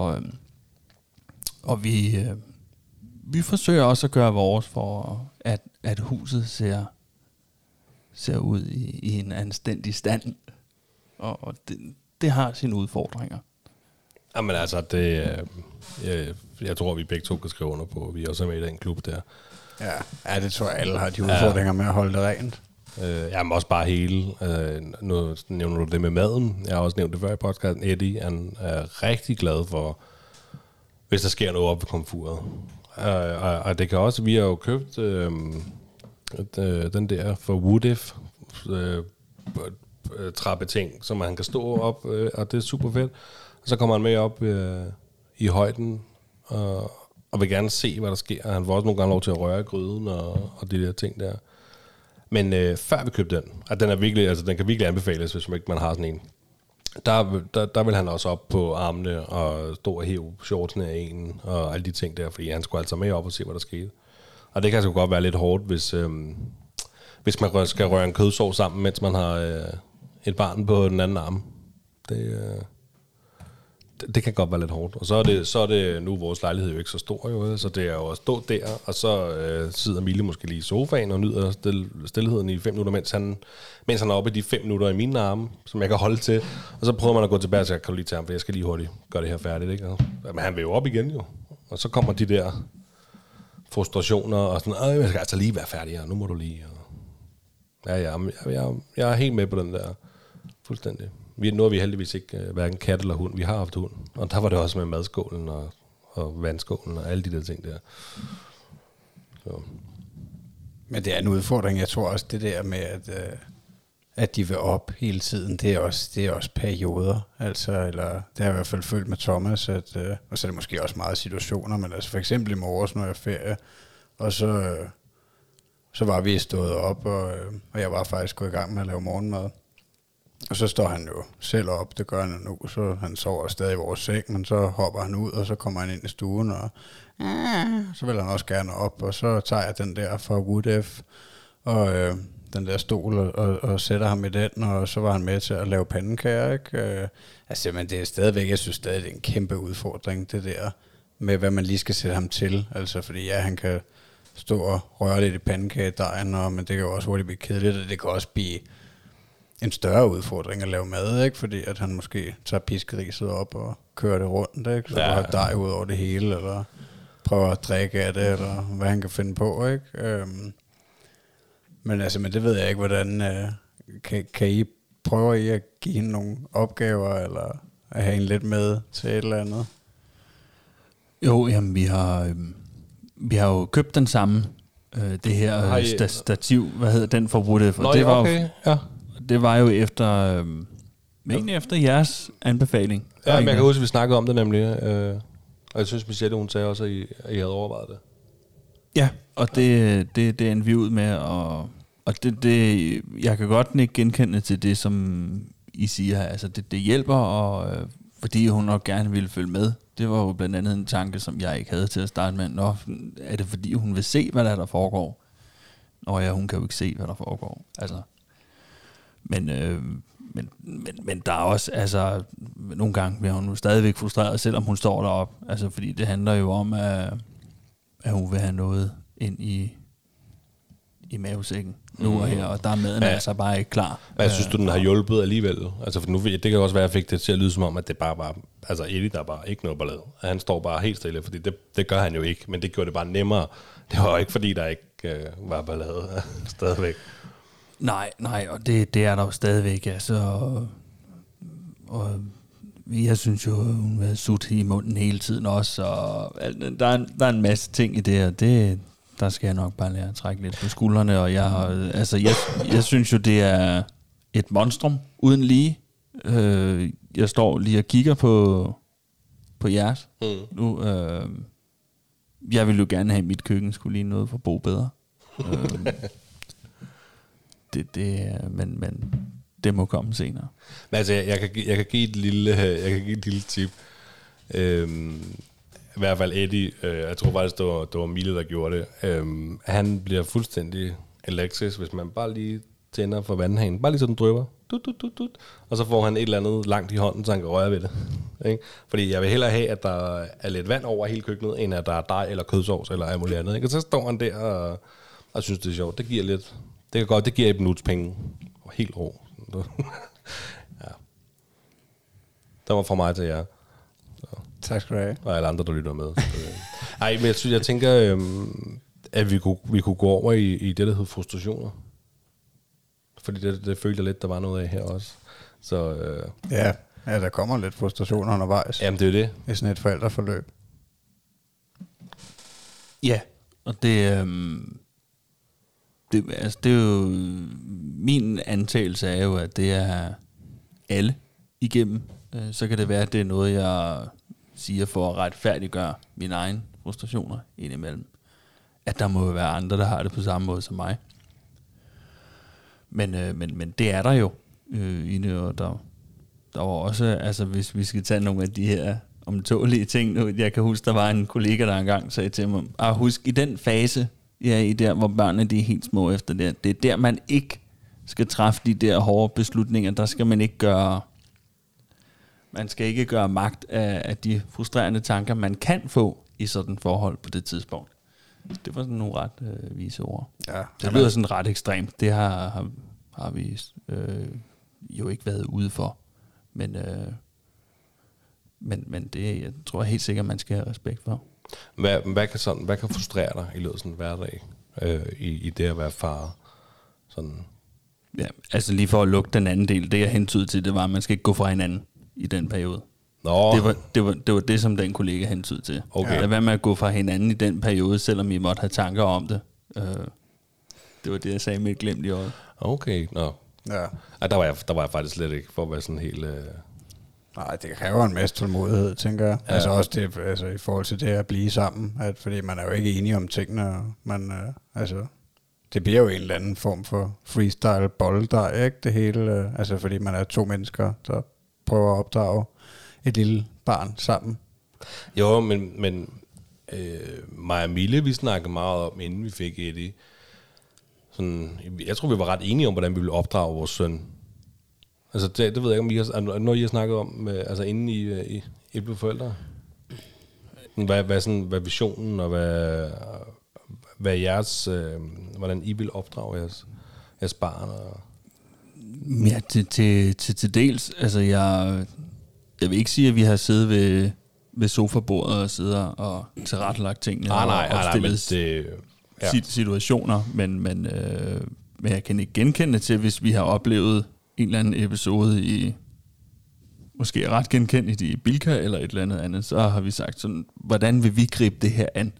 Og vi forsøger også at gøre vores for, at huset ser ud i en anstændig stand. Og det har sine udfordringer. Jamen jeg tror, vi begge to kan skrive under på, vi også er med i den klub der. Ja, det tror jeg, alle har de udfordringer med at holde det rent. Jamen også bare hele, nu nævner du det med maden, jeg har også nævnt det før i podcasten, Eddie han er rigtig glad for, hvis der sker noget op ved komfuret. Og det kan også, vi har jo købt den der for Woodif trappeting, som han kan stå op, og det er super fedt. Og så kommer han med op i højden, og vil gerne se, hvad der sker. Han får også nogle gange lov til at røre i gryden og de der ting der. Men før vi købte den, at den er virkelig, den kan virkelig anbefales, hvis man har sådan en. Der vil han også op på armene og stå og hæve shortsene af en og alle de ting der, fordi han skulle altså med op og se, hvad der skete. Og det kan altså godt være lidt hårdt, hvis man skal røre en kødsovs sammen, mens man har et barn på den anden arm. Det kan godt være lidt hårdt. Og så er det nu vores lejlighed jo ikke så stor, jo, så det er jo at stå der, og så sidder Mille måske lige i sofaen og nyder stillheden i 5 minutter, mens han er oppe i de 5 minutter i mine arme, som jeg kan holde til. Og så prøver man at gå tilbage, så jeg kan lige tage ham, for jeg skal lige hurtigt gøre det her færdigt. Ikke? Men han vil jo op igen jo. Og så kommer de der frustrationer og sådan, jeg skal altså lige være færdig, og nu må du lige. Jeg er helt med på den der fuldstændig. Nu har vi heldigvis ikke hverken kat eller hund. Vi har haft hund. Og der var det også med madskålen og vandskålen og alle de der ting der. Så. Men det er en udfordring. Jeg tror også, det der med, at de vil op hele tiden, det er også perioder. Eller det har jeg i hvert fald følt med Thomas, og så er det måske også meget situationer, men for eksempel i morges, når jeg er ferie, og så var vi stået op, og jeg var faktisk gået i gang med at lave morgenmad. Og så står han jo selv op, det gør han nu, så han sover stadig i vores seng, men så hopper han ud, og så kommer han ind i stuen, og så vil han også gerne op, og så tager jeg den der fra Woodif, og den der stol, og sætter ham i den, og så var han med til at lave pandekager, ikke? Men det er stadigvæk, jeg synes stadig, det er en kæmpe udfordring, det der, med hvad man lige skal sætte ham til, altså fordi han kan stå og røre lidt i pandekagedejen, men det kan jo også hurtigt blive kedeligt, og det kan også blive en større udfordring at lave mad, ikke? Fordi at han måske tager piskeriset op og kører det rundt, ikke? Så du har dej ud over det hele, eller prøver at drikke af det, eller hvad han kan finde på, ikke? Men det ved jeg ikke, hvordan kan I prøve at give hende nogle opgaver, eller at have hende lidt med til et eller andet? Jo, jamen vi har jo købt den samme, det her stativ, hvad hedder den for Woodif? Nå, det var okay, ja. Det var jo efter jeres anbefaling. Ja, men jeg kan huske, at vi snakkede om det nemlig. Og jeg synes, Michelle, hun sagde også, at I havde overvejet det. Ja, og det endte vi ud med. Og det, jeg kan godt ikke genkende til det, som I siger. Altså, det hjælper, og fordi hun nok gerne ville følge med. Det var jo blandt andet en tanke, som jeg ikke havde til at starte med. Nå, er det fordi, hun vil se, hvad der foregår? Nå ja, hun kan jo ikke se, hvad der foregår. Altså... Men Men der er også, altså, nogle gange bliver hun stadigvæk frustreret, selvom hun står deroppe. Altså, fordi det handler jo om, at hun vil have noget ind i mavesækken nu og her, og der er maden altså bare ikke klar. Hvad synes du, den har hjulpet alligevel? Altså, for nu, det kan også være, at jeg fik det til at lyde som om, at det bare var, altså Eddie, der er bare ikke noget ballade. Han står bare helt stille, fordi det gør han jo ikke, men det gjorde det bare nemmere. Det var jo ikke, fordi der ikke var ballade stadigvæk. Nej, og det er der jo stadigvæk, altså. Og jeg synes jo, hun har sut i munden hele tiden også, og der er en masse ting i det, og der skal jeg nok bare lære at trække lidt på skuldrene, og jeg synes jo, det er et monstrum uden lige. Jeg står lige og kigger på jeres nu. Jeg vil jo gerne have, at mit køkken skulle ligne noget for Bo bedre. Men det må komme senere. Men altså, jeg kan give et lille tip. I hvert fald Eddie, jeg tror faktisk, det var Mille, der gjorde det. Han bliver fuldstændig elektrisk, hvis man bare lige tænder for vandhanen. Bare lige så den drypper. Og så får han et eller andet langt i hånden, så han kan røre ved det. Ikke? Fordi jeg vil hellere have, at der er lidt vand over hele køkkenet, end at der er dej eller kødsovs eller alt muligt andet. Ikke? Og så står han der og synes, det er sjovt. Det giver lidt. Det kan godt, det giver et minuts penge. Helt rå. Ja. Det var fra mig til jer. Så. Tak skal du have. Og alle andre, der lytter med. Ej, men jeg tænker, at vi kunne gå over i det, der hedder frustrationer. Fordi det følte jeg lidt, der var noget af her også. Så, ja, der kommer lidt frustrationer undervejs. Jamen, det er det. I sådan et forældreforløb. Ja, og det er jo... Min antagelse er jo, at det er alle igennem. Så kan det være, at det er noget, jeg siger for at retfærdiggøre mine egne frustrationer indimellem. At der må være andre, der har det på samme måde som mig. Men det er der jo. Og der var også, altså hvis vi skal tage nogle af de her omtålige ting nu. Jeg kan huske, der var en kollega, der engang sagde til mig, husk, i den fase, i der, hvor børnene de er helt små efter det er der, man ikke skal træffe de der hårde beslutninger. Der skal man ikke gøre... Man skal ikke gøre magt af de frustrerende tanker, man kan få i sådan et forhold på det tidspunkt. Det var sådan nogle ret vise ord. Ja, det lyder sådan ret ekstremt. Det har vi jo ikke været ude for. Men det jeg tror helt sikkert, man skal have respekt for. Hvad kan frustrere dig i løbet af sådan en hverdag i det at være far? Sådan. Ja, altså lige for at lukke den anden del, det jeg hentydede til, det var, at man skal ikke gå fra hinanden i den periode. Nå. Det var det, som den kollega hentydede til. Okay. Lad være med at gå fra hinanden i den periode, selvom I måtte have tanker om det. Det var det, jeg sagde med et glimt i øjet. Okay, nå. Ja. Der var jeg faktisk slet ikke for at være sådan helt... Nej, det kræver en masse tålmodighed, tænker jeg. Ja. Altså også det, altså i forhold til det at blive sammen, fordi man er jo ikke enige om tingene. Og man, det bliver jo en eller anden form for freestyle bolledej, ikke? Det hele, altså fordi man er to mennesker, der prøver at opdrage et lille barn sammen. Jo, men mig og Mille, vi snakkede meget om, inden vi fik Eddie. Sådan, jeg tror, vi var ret enige om, hvordan vi ville opdrage vores søn. Altså, det ved jeg ikke, om I har snakket om, altså inden I blev forældre. Hvad visionen, og hvad jeres, hvordan I vil opdrage jeres barn? Og ja, til dels. Altså, jeg vil ikke sige, at vi har siddet ved sofabordet og sidder og tilrettelagt tingene. Nej, men det... Ja. Situationer, men jeg kan ikke genkende til, hvis vi har oplevet en eller anden episode i, måske ret genkendt i Bilka eller et eller andet, så har vi sagt sådan, hvordan vil vi gribe det her an?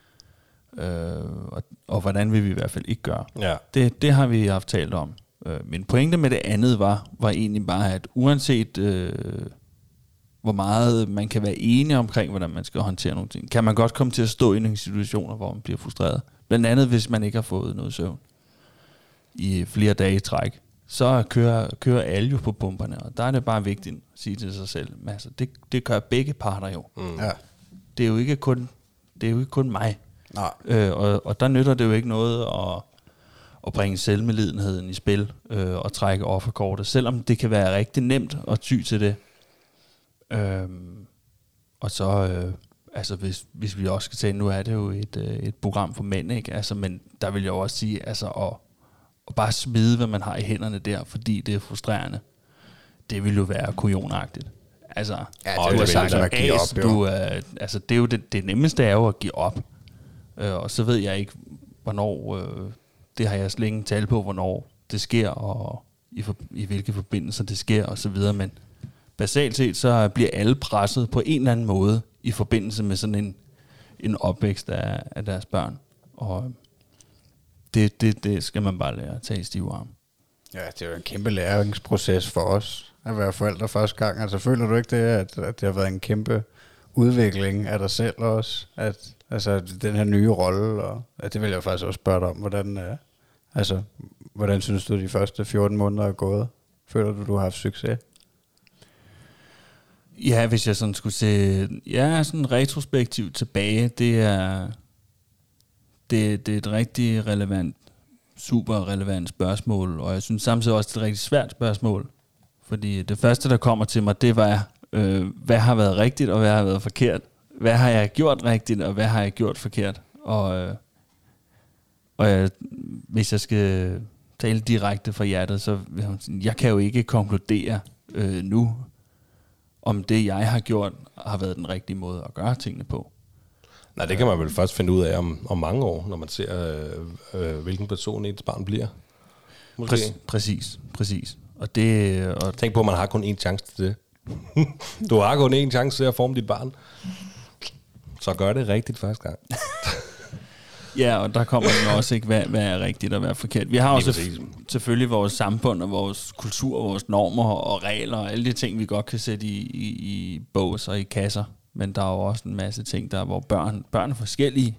Og hvordan vil vi i hvert fald ikke gøre? Ja. Det har vi haft talt om. Min pointe med det andet var egentlig bare, at uanset hvor meget man kan være enige omkring, hvordan man skal håndtere nogle ting, kan man godt komme til at stå i nogle situationer, hvor man bliver frustreret. Blandt andet, hvis man ikke har fået noget søvn i flere dage i træk. Så kører alle jo på pumperne, og der er det bare vigtigt at sige til sig selv, altså, det gør begge parter jo. Mm. Ja. Det er jo ikke kun mig. Nej. Og der nytter det jo ikke noget at bringe selvmedlidenheden i spil og trække offerkortet, selvom det kan være rigtig nemt at ty til det. Og så, altså hvis vi også skal tage, nu er det jo et program for mænd, ikke? Altså, men der vil jeg også sige, altså at bare smide, hvad man har i hænderne der, fordi det er frustrerende, det vil jo være kujonagtigt. Altså, ja, du har sagt, at give op, altså, det er jo det nemmeste er jo at give op. Og så ved jeg ikke, hvornår, det har jeg slet ingen tal på, hvornår det sker, og i hvilke forbindelser det sker, og så videre, men basalt set, så bliver alle presset på en eller anden måde i forbindelse med sådan en opvækst af deres børn. Og det skal man bare lære at tage i stive arm. Ja, det er jo en kæmpe læringsproces for os at være forældre første gang. Altså føler du ikke det, at det har været en kæmpe udvikling af dig selv også? At, altså den her nye rolle, og det vil jeg faktisk også spørge dig om, hvordan synes du de første 14 måneder er gået? Føler du har haft succes? Ja, hvis jeg sådan skulle se, sådan retrospektivt tilbage, det er et rigtig relevant, super relevant spørgsmål, og jeg synes samtidig også, det er et rigtig svært spørgsmål, fordi det første, der kommer til mig, det var, hvad har været rigtigt, og hvad har været forkert? Hvad har jeg gjort rigtigt, og hvad har jeg gjort forkert? Og hvis jeg skal tale direkte fra hjertet, så jeg kan jo ikke konkludere nu, om det, jeg har gjort, har været den rigtige måde at gøre tingene på. Nej, det kan man vel først finde ud af om mange år, når man ser, hvilken person ens barn bliver. Præcis. Og det, tænk på, at man har kun én chance til det. Du har kun én chance til at forme dit barn. Så gør det rigtigt første gang. Ja, og der kommer den også ikke, hvad er rigtigt og hvad er forkert. Vi har også selvfølgelig vores samfund og vores kultur og vores normer og regler og alle de ting, vi godt kan sætte i bås og i kasser. Men der er jo også en masse ting, hvor børn er forskellige.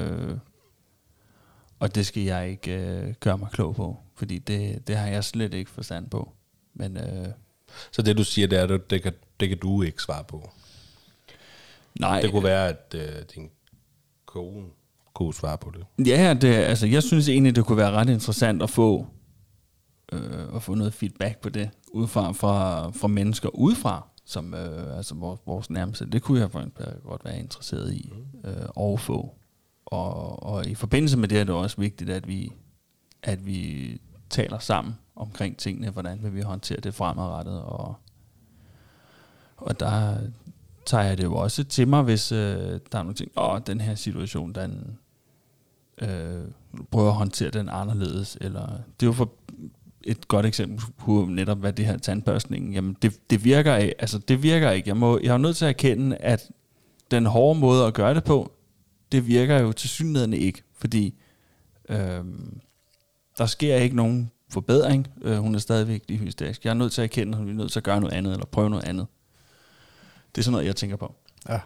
Og det skal jeg ikke gøre mig klog på, fordi det har jeg slet ikke forstand på. Men, så det du siger, det er, at det kan du ikke svare på? Nej. Det kunne være, at din kone kunne svare på det. Ja, altså jeg synes egentlig, det kunne være ret interessant at få noget feedback på det, udefra fra mennesker udefra, som altså vores nærmeste. Det kunne jeg godt være interesseret i at få. Og i forbindelse med det er det også vigtigt, at vi taler sammen omkring tingene, hvordan vil vi håndtere det fremadrettet, og der tager jeg det jo også til mig, hvis der er nogle ting, den her situation, den prøver at håndtere den anderledes, eller det er jo for et godt eksempel på netop, hvad det her tandbørstning, jamen det virker af, altså det virker ikke. Jeg er nødt til at erkende, at den hårde måde at gøre det på, det virker jo tilsyneladende ikke, fordi der sker ikke nogen forbedring. Hun er stadigvæk lige hysterisk. Jeg er nødt til at erkende, at hun er nødt til at gøre noget andet, eller prøve noget andet. Det er sådan noget, jeg tænker på. Ja.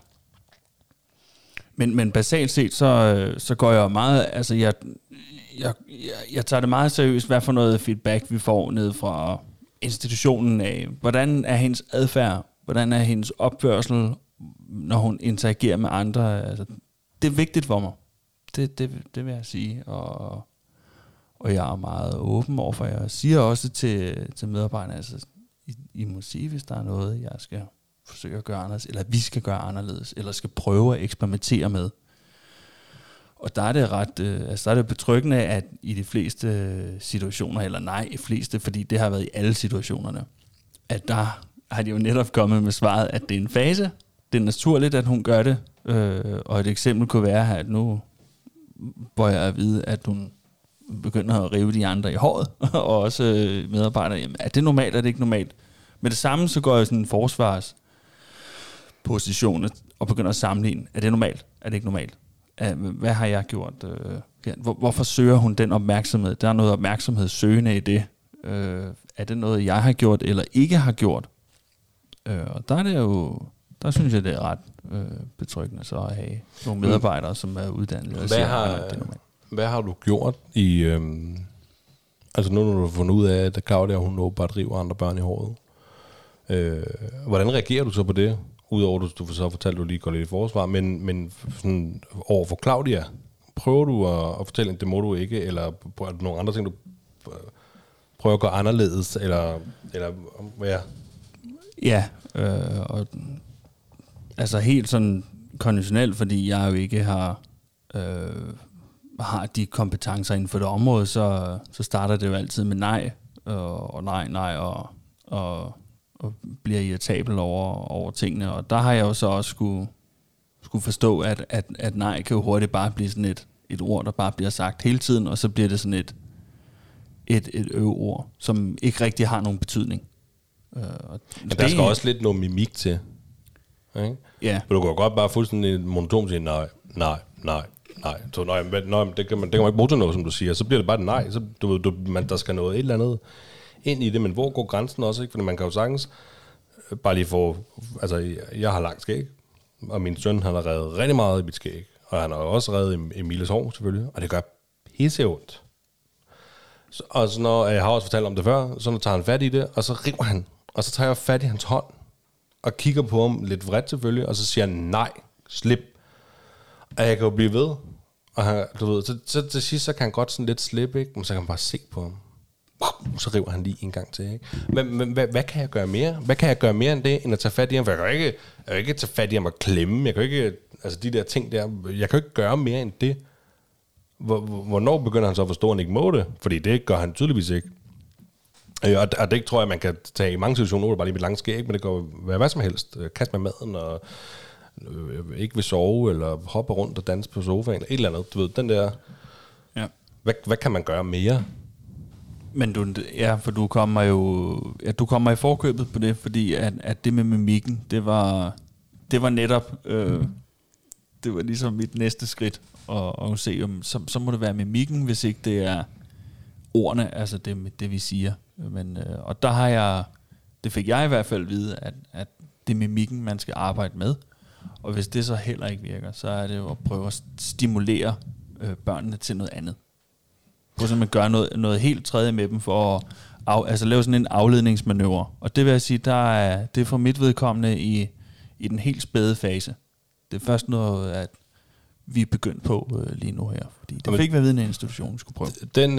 Men basalt set, så går jeg meget, altså jeg tager det meget seriøst, hvad for noget feedback vi får ned fra institutionen af. Hvordan er hendes adfærd? Hvordan er hendes opførsel, når hun interagerer med andre? Altså, det er vigtigt for mig. Det vil jeg sige. Og jeg er meget åben overfor. Jeg siger også til medarbejderne, altså, I må sige, hvis der er noget, jeg skal forsøge at gøre anderledes, eller vi skal gøre anderledes, eller skal prøve at eksperimentere med. Og der er det ret, der er det betryggende, at i de fleste situationer, eller nej, i fleste, fordi det har været i alle situationerne, at der har de jo netop kommet med svaret, at det er en fase. Det er naturligt, at hun gør det. Og et eksempel kunne være, at nu får jeg at vide, at hun begynder at rive de andre i håret, og også medarbejdere, jamen, er det normalt, er det ikke normalt? Med det samme, så går jeg sådan en forsvarsposition og begynder at sammenligne. Er det normalt? Er det ikke normalt? Hvad har jeg gjort? Hvorfor søger hun den opmærksomhed? Der er noget opmærksomhedssøgende i det. Er det noget, jeg har gjort eller ikke har gjort? Og der er det jo, der synes jeg, det er ret betryggende så at have nogle medarbejdere, som er uddannet. Hvad har du gjort i... altså nu når du har fundet ud af, at Claudia, hun åbenbart river andre børn i håret. Hvordan reagerer du så på det? Udover at du så fortalte, du lige går lidt i forsvar, men sådan over for Claudia, prøver du at fortælle, at det må du ikke, eller er der nogle andre ting, du prøver at gøre anderledes, eller ja? Ja, og altså helt sådan konventionelt, fordi jeg jo ikke har de kompetencer inden for det område, så starter det jo altid med nej, og nej, og bliver irritabel over tingene. Og der har jeg jo så også skulle forstå, at nej kan jo hurtigt bare blive sådan et ord, der bare bliver sagt hele tiden, og så bliver det sådan et øv-ord, som ikke rigtig har nogen betydning. Men der skal også lidt noget mimik til. Ikke? Ja. For du kan jo godt bare fuldstændig monotont sige nej. Så nej, det kan man ikke bruge til noget, som du siger. Så bliver det bare et nej. Så der skal noget et eller andet ind i det, men hvor går grænsen også? Ikke? Fordi man kan jo sagtens bare lige få... Altså, jeg har langt skæg, og min søn, han har revet rigtig meget i mit skæg. Og han har også revet Emiles hår, selvfølgelig. Og det gør pisse ondt. Og så når jeg har også fortalt om det før, så tager han fat i det, og så river han. Og så tager jeg fat i hans hånd, og kigger på ham lidt vredt selvfølgelig, og så siger han, nej, slip. Og jeg kan jo blive ved. Og han, du ved, så til sidst, så kan han godt sådan lidt slippe, ikke? Men så kan man bare se på ham. Så river han lige en gang til, ikke? Men hvad kan jeg gøre mere? Hvad kan jeg gøre mere end det, end at tage fat i ham? For jeg kan jo ikke tage fat i ham og klemme. Jeg kan jo ikke, altså de der ting der, jeg kan jo ikke gøre mere end det. Hvornår begynder han så at forstå, at han ikke må det? Fordi det gør han tydeligvis ikke. Og det tror jeg, man kan tage i mange situationer, hvor det bare lige mit lange skæg, men det går være hvad som helst. Kast med maden, og ikke vil sove, eller hoppe rundt og danse på sofaen, eller et eller andet. Du ved, den der... Ja. Hvad kan man gøre mere? Men for du kommer jo... Ja, du kommer i forkøbet på det, fordi at det med mimikken, det var netop... det var ligesom mit næste skridt, og se, om så må det være mimikken, hvis ikke det er ordene, altså det vi siger. Men, og der har det fik jeg i hvert fald at vide, at det er mimikken, man skal arbejde med. Og hvis det så heller ikke virker, så er det jo at prøve at stimulere børnene til noget andet. Prøv simpelthen at gøre noget helt tredje med dem, for at lave sådan en afledningsmanøvre. Og det vil jeg sige, det er for mit vedkommende i den helt spæde fase. Det er først noget, at vi er begyndt på lige nu her. Fordi det fik vi at vide, en institution skulle prøve.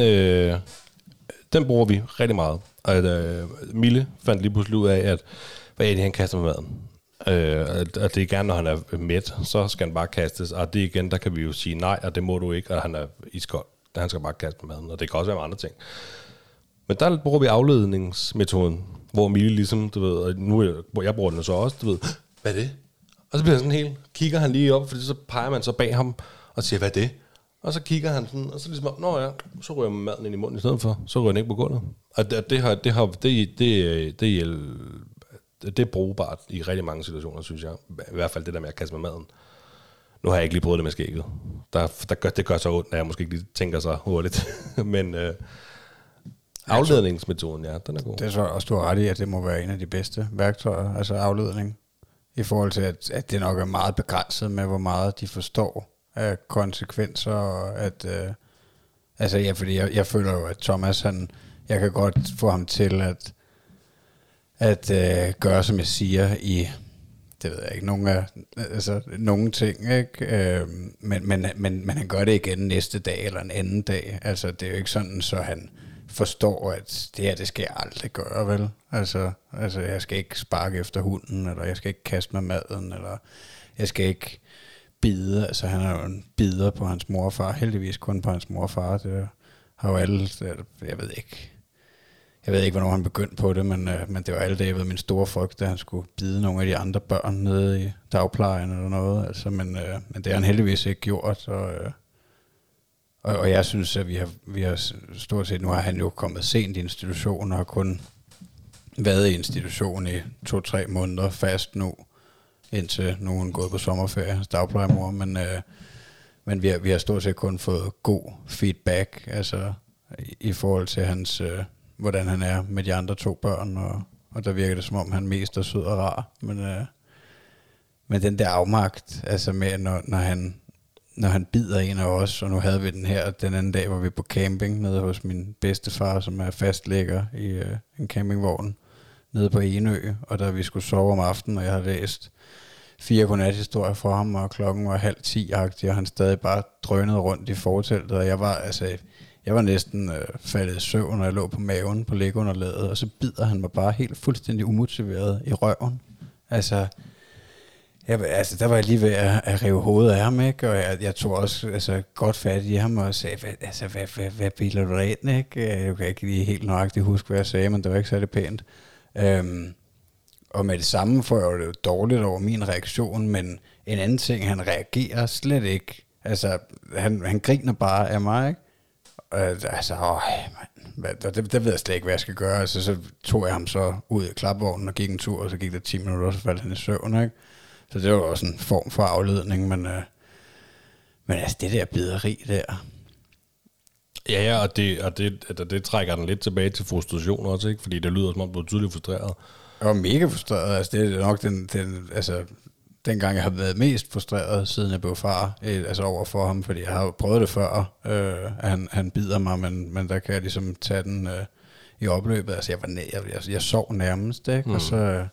Den bruger vi rigtig meget. Og Mille fandt lige pludselig ud af, at hvad er det, han kaster med maden? At det er gerne, når han er mæt, så skal han bare kastes. Og det igen, der kan vi jo sige nej, og det må du ikke, og han er iskold. Han skal bare kaste med maden, og det kan også være med andre ting. Men der bruger vi afledningsmetoden, hvor Mille ligesom, du ved, og nu jeg bruger den så også, du ved, hvad er det? Og så bliver han sådan helt, kigger han lige op, fordi så peger man så bag ham og siger, hvad er det? Og så kigger han sådan, og så ligesom, nå ja, så ryger man maden ind i munden i stedet for, så ryger den ikke på gulvet. Og det er brugbart i rigtig mange situationer, synes jeg. I hvert fald det der med at kaste med maden. Nu har jeg ikke lige prøvet det med skægget. Det gør så ondt, at jeg måske ikke lige tænker så hurtigt. Men afledningsmetoden, ja, den er god. Det er så også, du har ret i, at det må være en af de bedste værktøjer, altså afledning. I forhold til, at det nok er meget begrænset med, hvor meget de forstår af konsekvenser. Og at, altså ja, fordi jeg føler jo, at Thomas, jeg kan godt få ham til at gøre, som jeg siger, i, det ved jeg ikke, nogle ting, ikke? Men han gør det igen næste dag eller en anden dag. Altså det er jo ikke sådan, så han forstår, at det her, det skal jeg aldrig gøre, vel? Altså jeg skal ikke sparke efter hunden, eller jeg skal ikke kaste med maden, eller jeg skal ikke bide. Altså han er jo en bider på hans mor og far, heldigvis kun på hans mor og far. Det har jo alle, jeg ved ikke, hvornår han begyndte på det, men det var alle dage ved min store frygt, da han skulle bide nogle af de andre børn nede i dagplejen eller noget. Altså, men det har han heldigvis ikke gjort, og jeg synes, at vi har stort set, nu har han jo kommet sent i institutionen og har kun været i institution i 2-3 måneder fast nu, indtil nu er gået på sommerferie hos dagplejemor, men vi har stort set kun fået god feedback, altså i forhold til hans, hvordan han er med de andre 2 børn, og der virker det som om han mest er sød og rar, men den der afmagt, altså med, når han bider en af os, og nu havde vi den her, den anden dag var vi på camping nede hos min bedstefar, som er fastlægger i en campingvogn nede på Enø, og da vi skulle sove om aftenen, og jeg havde læst 4 godnathistorier fra ham, og klokken var 9:30-agtig, og han stadig bare drønede rundt i forteltet, og jeg var næsten faldet i søvn, og jeg lå på maven på lægeunderlaget, og så bider han mig bare helt fuldstændig umotiveret i røven. Altså, der var jeg lige ved at rive hovedet af ham, ikke? Og jeg tog også godt fat i ham og sagde, hvad biler du ind, ikke? Jeg kan ikke lige helt nøjagtigt huske, hvad jeg sagde, men det var ikke særlig pænt. Og med det samme får jeg jo dårligt over min reaktion, men en anden ting, han reagerer slet ikke. Altså, han griner bare af mig, ikke? Det ved jeg slet ikke, hvad jeg skal gøre. Altså, så tog jeg ham så ud i klapvognen og gik en tur, og så gik der 10 minutter, og så faldt han i søvn, ikke? Så det var også en form for afledning, men altså, det der bideri der. Ja, og det trækker den lidt tilbage til frustration også, ikke? Fordi det lyder som om, du er tydeligt frustreret. Jeg var mega frustreret. Altså, det er nok dengang jeg har været mest frustreret, siden jeg blev far, altså over for ham, fordi jeg har jo prøvet det før, at han bider mig, men der kan jeg ligesom tage den i opløbet. Altså, jeg sov nærmest, ikke? Og så...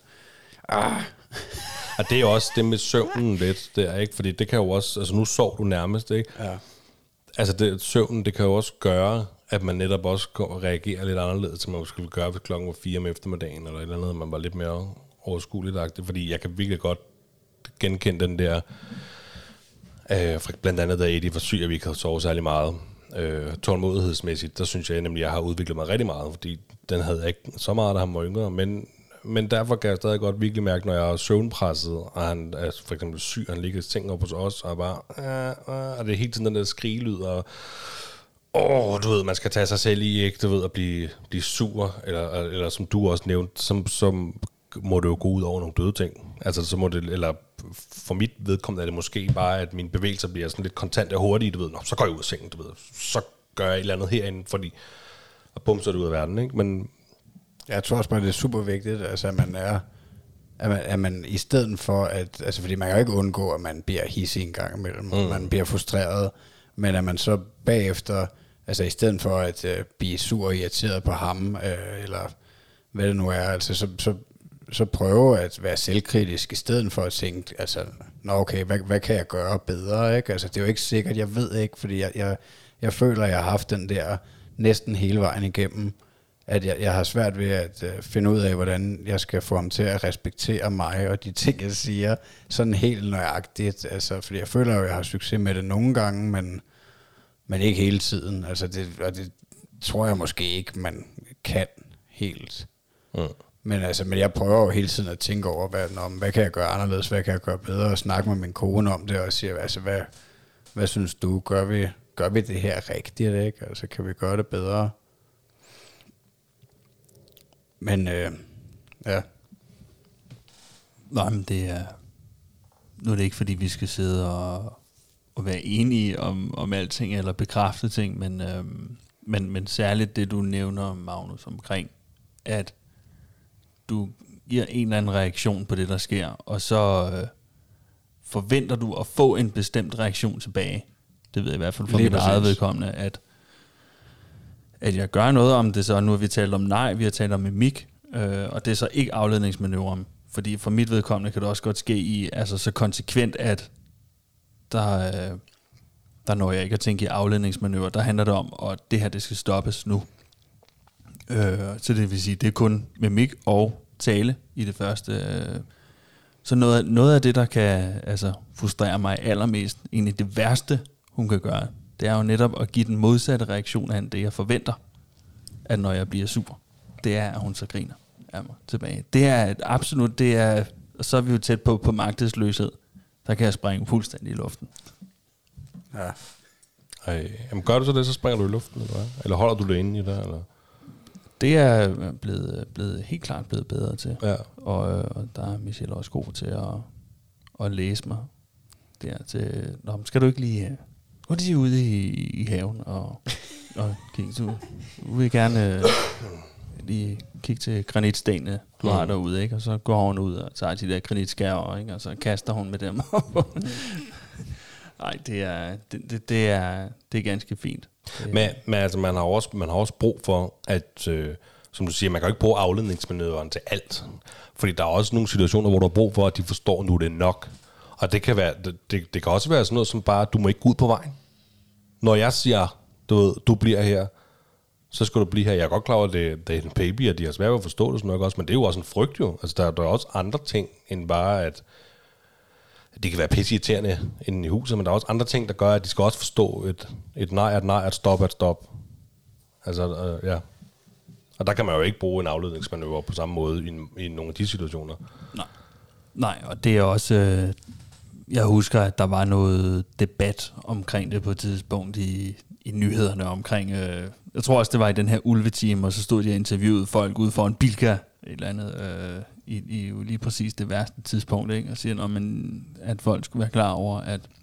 Og det er også det med søvnen lidt der, ikke? Fordi det kan jo også... Altså, nu sov du nærmest, ikke? Ja. Altså, søvnen, det kan jo også gøre, at man netop også reagerer lidt anderledes, som man måske ville gøre, hvis klokken var 4 om eftermiddagen, eller et eller andet, man var lidt mere overskueligt-agtigt. Fordi jeg kan virkelig godt genkende den der... blandt andet, da Eddie var syg, og vi ikke havde sovet særlig meget. Tålmodighedsmæssigt, der synes jeg nemlig, at jeg har udviklet mig rigtig meget, fordi den havde jeg ikke så meget, da han var yngre, men derfor kan jeg stadig godt virkelig mærke, når jeg er søvnpresset, og han er for eksempel syg, og han ligger i sengen op hos os, og bare, og det er hele tiden den der skrigelyd, og du ved, man skal tage sig selv i, ikke, du ved, at blive sur, eller som du også nævnte, som må det jo gå ud over nogle døde ting. Altså, så må det, eller for mit vedkommende er det måske bare, at mine bevægelser bliver sådan lidt kontant og hurtige, du ved, så går jeg ud af sengen, du ved, så gør jeg et eller andet herinde, fordi, og bum, så er det ud af verden, ikke, men... Jeg tror også bare, det er super vigtigt, altså at man i stedet for at, altså fordi man kan jo ikke undgå, at man bliver hissig en gang imellem, man bliver frustreret, men at man så bagefter, altså i stedet for at blive sur og irriteret på ham, eller hvad det nu er, altså så prøve at være selvkritisk, i stedet for at tænke, altså, okay, hvad kan jeg gøre bedre, ikke? Altså det er jo ikke sikkert, jeg ved ikke, fordi jeg føler, at jeg har haft den der næsten hele vejen igennem, at jeg har svært ved at finde ud af, hvordan jeg skal få ham til at respektere mig og de ting, jeg siger, sådan helt nøjagtigt. Altså, fordi jeg føler jo, at jeg har succes med det nogle gange, men ikke hele tiden. Altså, det tror jeg måske ikke, man kan helt. Men jeg prøver jo hele tiden at tænke over, hvad kan jeg gøre anderledes, hvad kan jeg gøre bedre, og snakke med min kone om det, og sige, altså, hvad synes du, gør vi det her rigtigt, ikke? Altså, kan vi gøre det bedre? Men ja. Nej, men det er... Nu er det ikke, fordi vi skal sidde og være enige om alting, eller bekræfte ting, men særligt det, du nævner, Magnus, omkring, at du giver en eller anden reaktion på det, der sker, og så forventer du at få en bestemt reaktion tilbage. Det ved jeg i hvert fald for mit eget vedkommende, at jeg gør noget om det, så nu har vi talt om nej, vi har talt om mimik, og det er så ikke afledningsmanøvren, fordi for mit vedkommende kan det også godt ske i, altså så konsekvent, at der når jeg ikke at tænke i afledningsmanøvre, der handler det om, at det her, det skal stoppes nu. Så det vil sige, det er kun mimik og tale i det første. Så noget af det, der kan frustrere mig allermest, egentlig det værste, hun kan gøre, det er jo netop at give den modsatte reaktion af det, jeg forventer, at når jeg bliver sur, det er, at hun så griner af mig tilbage. Det er absolut, og så er vi jo tæt på magtesløshed. Der kan jeg springe fuldstændig i luften. Ja. Jamen gør du så det, så springer du i luften, eller hvad? Eller holder du det inde i det, eller? Det er blevet helt klart blevet bedre til. Ja. Og der er Michelle også god til at læse mig. Der til, skal du ikke lige... Nu er de ude i haven og kigge. Du vil gerne lige kigge til granitstenene, du har derude, ikke? Og så går hun ud og tager de der granitskærver, ikke? Og så kaster hun med dem op. Nej, det er ganske fint. Men altså, man har også brug for, at, som du siger, man kan jo ikke bruge afledningsmanøvren til alt. Fordi der er også nogle situationer, hvor du har brug for, at de forstår, nu det er nok. Og det kan være, det kan også være sådan noget som bare, du må ikke gå ud på vejen. Når jeg siger, du bliver her, så skal du blive her. Jeg er godt klar over, at det er en baby, og de har svært ved at forstå det sådan nok også, men det er jo også en frygt jo. Altså, der er også andre ting, end bare at det kan være pisseirriterende inde i huset, men der er også andre ting, der gør, at de skal også forstå et nej er et nej, et stop er et stop. Altså, ja. Og der kan man jo ikke bruge en afledningsmanøvre på samme måde i nogle af de situationer. Nej, og det er også... jeg husker, at der var noget debat omkring det på et tidspunkt i nyhederne omkring... jeg tror også, det var i den her ulvetime, og så stod de og interviewede folk ude for en Bilka, et eller andet, i lige præcis det værste tidspunkt, ikke? Og siger, at folk skulle være klar over,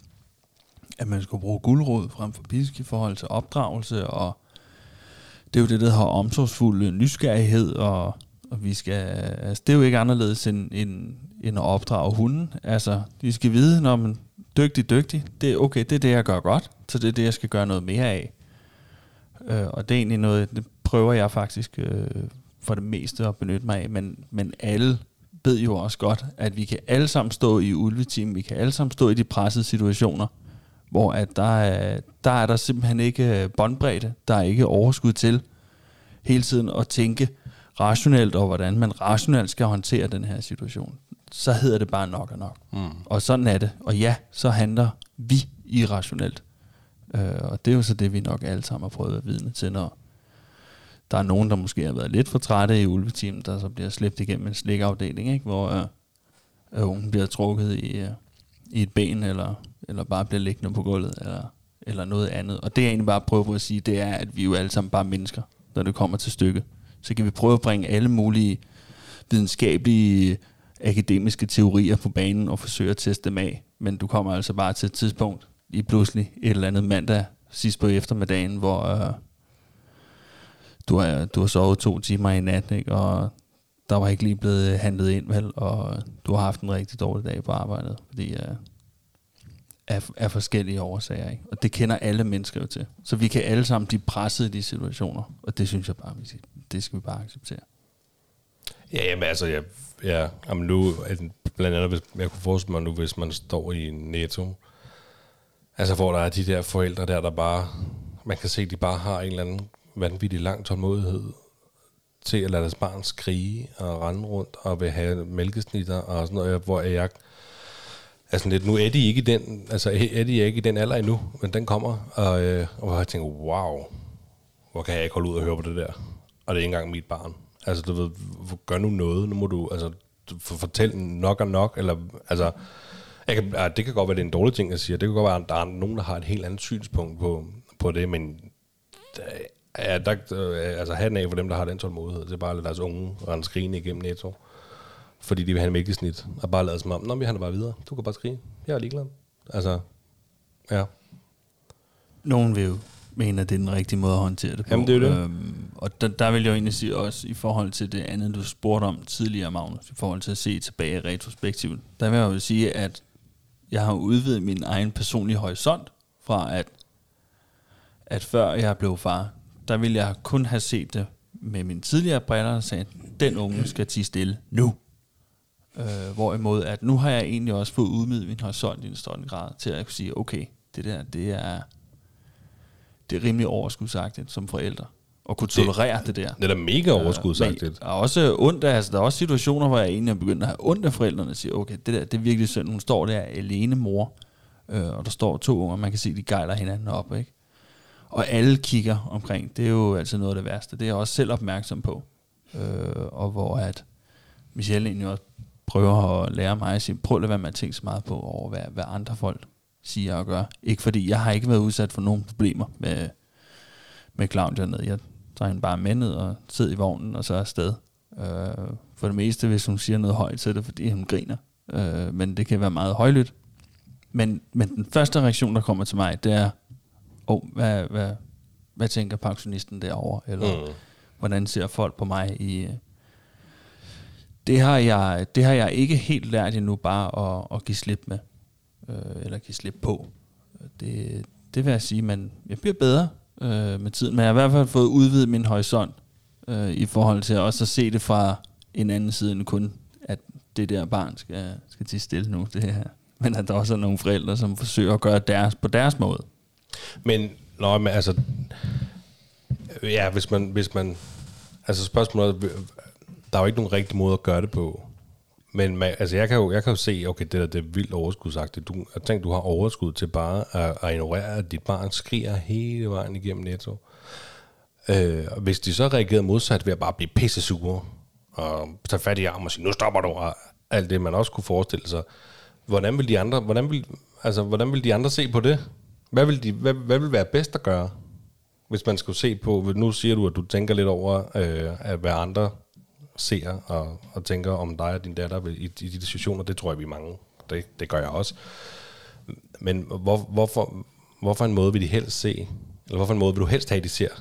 at man skulle bruge gulerod frem for pisk i forhold til opdragelse, og det er jo det, der har omsorgsfuld nysgerrighed, og vi skal, altså, det er jo ikke anderledes end at opdrage hunden. Altså, de skal vide, når man dygtig, det er okay, det er det, jeg gør godt, så det er det, jeg skal gøre noget mere af. Og det er egentlig noget, det prøver jeg faktisk for det meste at benytte mig af, men alle ved jo også godt, at vi kan alle sammen stå i ulveteam, vi kan alle sammen stå i de pressede situationer, hvor at der er der simpelthen ikke båndbredde, der er ikke overskud til hele tiden at tænke rationelt over, hvordan man rationelt skal håndtere den her situation. Så hedder det bare nok og nok. Og sådan er det. Og ja, så handler vi irrationelt. Og det er jo så det, vi nok alle sammen har prøvet at vidne til, når der er nogen, der måske har været lidt for trætte i ulveteamen, der så bliver slæbt igennem en slikafdeling, ikke? Hvor ungen bliver trukket i et ben, eller bare bliver liggende på gulvet, eller noget andet. Og det jeg egentlig bare prøver på at sige, det er, at vi jo alle sammen bare mennesker, når det kommer til stykket. Så kan vi prøve at bringe alle mulige videnskabelige, akademiske teorier på banen og forsøge at teste dem af. Men du kommer altså bare til et tidspunkt, lige pludselig et eller andet mandag sidst på eftermiddagen, hvor du har sovet 2 timer i nat, ikke? Og der var ikke lige blevet handlet ind, vel? Og du har haft en rigtig dårlig dag på arbejdet, fordi af forskellige årsager, ikke? Og det kender alle mennesker jo til. Så vi kan alle sammen blive presset i de situationer, og det synes jeg bare, det skal vi bare acceptere. Ja, jamen altså, jamen nu, blandt andet, hvis jeg kunne forestille mig nu, hvis man står i Netto, altså hvor der er de der forældre der bare, man kan se, de bare har en eller anden vanvittig lang tålmodighed til at lade deres barn skrige og rende rundt og vil have mælkesnitter og sådan noget, hvor jeg altså lidt, nu er de ikke i den, altså er de ikke i den alder endnu, men den kommer, og jeg tænker, wow, hvor kan jeg ikke holde ud og høre på det der, og det er ikke engang mit barn. Altså du ved, gør nu noget, nu må du, altså fortælle nok og nok, eller altså, det kan godt være, det er en dårlig ting, jeg siger, det kan godt være, at der er nogen, der har et helt andet synspunkt på det, men altså hatten af for dem, der har den tålmodighed, det er bare at lade deres unge rende skrigende igennem Netto, fordi de vil have en mælkesnit, og bare lade som om, vi handler bare videre, du kan bare skrige, jeg er ligeglad. Altså, ja. Nogen vil jo mene, at det er den rigtige måde at håndtere det på. Jamen, det er det. Og der vil jeg jo egentlig sige også, i forhold til det andet, du spurgte om tidligere, Magnus, i forhold til at se tilbage i retrospektivet, der vil jeg jo sige, at jeg har udvidet min egen personlige horisont, fra at før jeg blev far, der ville jeg kun have set det med mine tidligere briller, og sagde, at den unge skal tie stille nu. Hvorimod, at nu har jeg egentlig også fået udvidet min horisont i en større grad, til at kunne sige, okay, det er rimelig overskudsagtigt som forældre, og kunne tolerere det der. Det er da mega overskudsagtigt. Og også ondt, altså der er også situationer, hvor jeg egentlig har begyndt at have ondt af forældrene, og siger, okay, det er virkelig synd, hun står der alene mor, og der står 2 unger, man kan se, de gejler hinanden op, ikke? Og alle kigger omkring, det er jo altid noget af det værste, det er jeg også selv opmærksom på, og hvor at Michelle egentlig også prøver at lære mig at sige, prøv at lade være med at tænke så meget på over, hvad andre folk siger og gør. Ikke fordi, jeg har ikke været udsat for nogen problemer med Claudia ned. Jeg tager hende bare med ned og sidder i vognen og så er afsted. For det meste, hvis hun siger noget højt, så er det fordi, hun griner. Men det kan være meget højlydt. Men den første reaktion, der kommer til mig, det er, hvad tænker pensionisten derovre? Eller hvordan ser folk på mig i... Det har jeg ikke helt lært endnu, bare at give slip med. Eller give slip på. Det vil jeg sige, men jeg bliver bedre med tiden. Men jeg har i hvert fald fået udvidet min horisont i forhold til også at se det fra en anden side end kun, at det der barn skal tie stille nu. men at der også er nogle forældre, som forsøger at gøre på deres måde. Men altså, ja, hvis man, altså spørgsmålet, der er jo ikke nogen rigtig måde at gøre det på. Men altså, jeg kan jo se, okay, det er vildt overskudsagtigt. Du har overskud til bare at ignorere, at dit barn skriger hele vejen igennem Netto. Hvis de så reagerer modsat ved at bare blive pissesure, og tage fat i armen og sige, nu stopper du, og alt det, man også kunne forestille sig. Hvordan vil de andre se på det? Hvad vil være bedst at gøre, hvis man skulle se på, nu siger du, at du tænker lidt over, at hvad andre ser og tænker om dig og din datter i de situationer, det tror jeg, vi er mange. Det gør jeg også. Men hvorfor en måde vil de helst se, eller hvorfor en måde vil du helst have, de ser?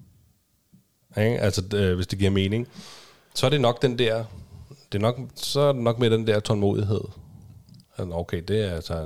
Altså, hvis det giver mening, så er det nok den der, så er det nok med den der tålmodighed. Okay, det er altså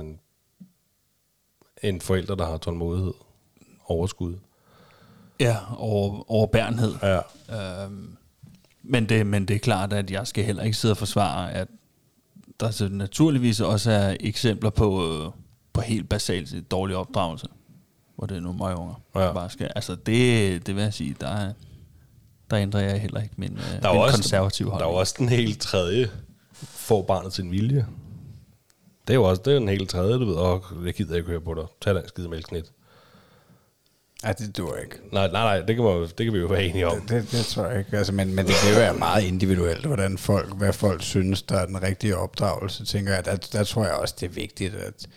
en forælder, der har tålmodighed, overskud. Ja, overbærenhed. Ja. Men det er klart, at jeg skal heller ikke sidde og forsvare, at der så naturligvis også er eksempler på helt basalt dårlig opdragelse, hvor det er nogle møgunger. Ja. Bare skal, altså det vil jeg sige, der ændrer jeg heller ikke min konservative holdning. Der er jo også den helt tredje, får barnet sin vilje. Det er jo også den helt tredje, du ved, og jeg gider ikke høre på dig. Tag den skide mælksnit. Ja, det duer ikke. Nej, det kan vi jo være enige om. Det tror jeg ikke. Altså, men det kan jo være meget individuelt, hvad folk synes, der er den rigtige opdragelse. Tænker jeg, der tror jeg også, det er vigtigt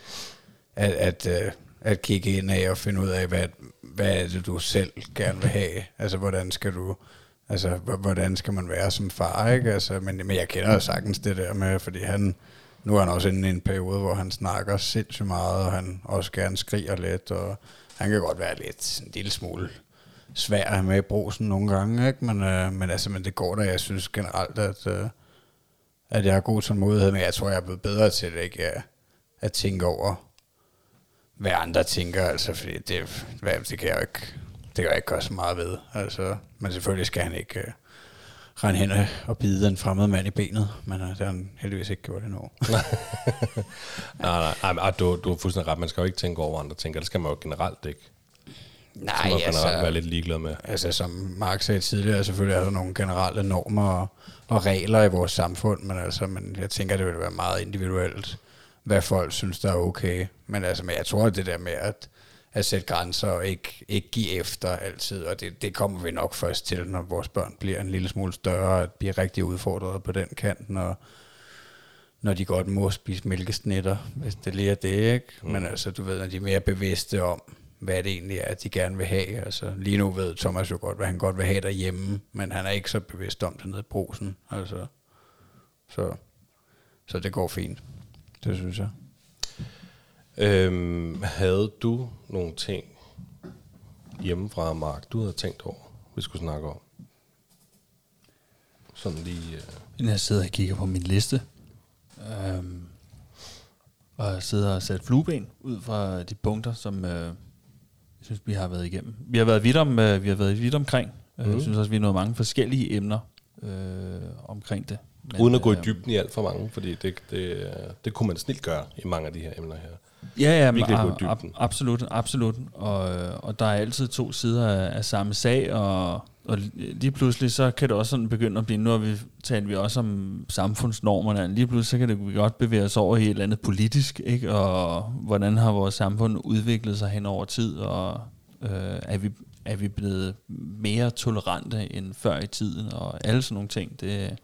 at kigge ind af og finde ud af, hvad er det, du selv gerne vil have. Altså, hvordan skal man være som far, ikke? Altså, men jeg kender jo sagtens det der med, fordi nu er han også inde i en periode, hvor han snakker sindssygt meget, og han også gerne skriger lidt, og han kan godt være en lille smule svær med i brusen nogle gange, ikke? Men det går da, jeg synes generelt, at jeg har god tålmodighed, men jeg tror, jeg er blevet bedre til det, ikke? At tænke over, hvad andre tænker, altså, fordi det kan jeg jo ikke gøre så meget ved, altså, men selvfølgelig skal han ikke rende hen og bide en fremmed mand i benet, men det har han heldigvis ikke gjort endnu. nej, du har fuldstændig ret. Man skal jo ikke tænke over, hvad andre tænker. Det skal man jo generelt ikke. Nej, så man generelt være lidt ligeglad med. Altså, som Mark sagde tidligere, selvfølgelig er der nogle generelle normer og regler i vores samfund, men jeg tænker, det vil være meget individuelt, hvad folk synes, der er okay. Men jeg tror, at det der med at sætte grænser og ikke give efter altid, og det kommer vi nok først til, når vores børn bliver en lille smule større, at blive rigtig udfordret på den kant, når de godt må spise mælkesnitter, hvis det lige er det, ikke? Men du ved, når de er mere bevidste om, hvad det egentlig er, de gerne vil have. Altså, lige nu ved Thomas jo godt, hvad han godt vil have derhjemme, men han er ikke så bevidst om det nede i brusen. Altså, så det går fint. Det synes jeg. Havde du nogle ting hjemmefra, Mark, du havde tænkt over, vi skulle snakke om? Sådan lige... Jeg sidder og kigger på min liste, og jeg sidder og sætter flueben ud fra de punkter, som jeg synes, vi har været igennem. Vi har været vidt omkring. Jeg synes også, vi har nået mange forskellige emner omkring det. Men, uden at gå i dybden i alt for mange, fordi det kunne man snilt gøre i mange af de her emner her. Ja, absolut. Og der er altid to sider af samme sag, og lige pludselig så kan det også sådan begynde at blive, nu taler vi også om samfundsnormerne, lige pludselig så kan det godt bevæge os over i et eller andet politisk, ikke? Og hvordan har vores samfund udviklet sig hen over tid, og er vi blevet mere tolerante end før i tiden, og alle sådan nogle ting,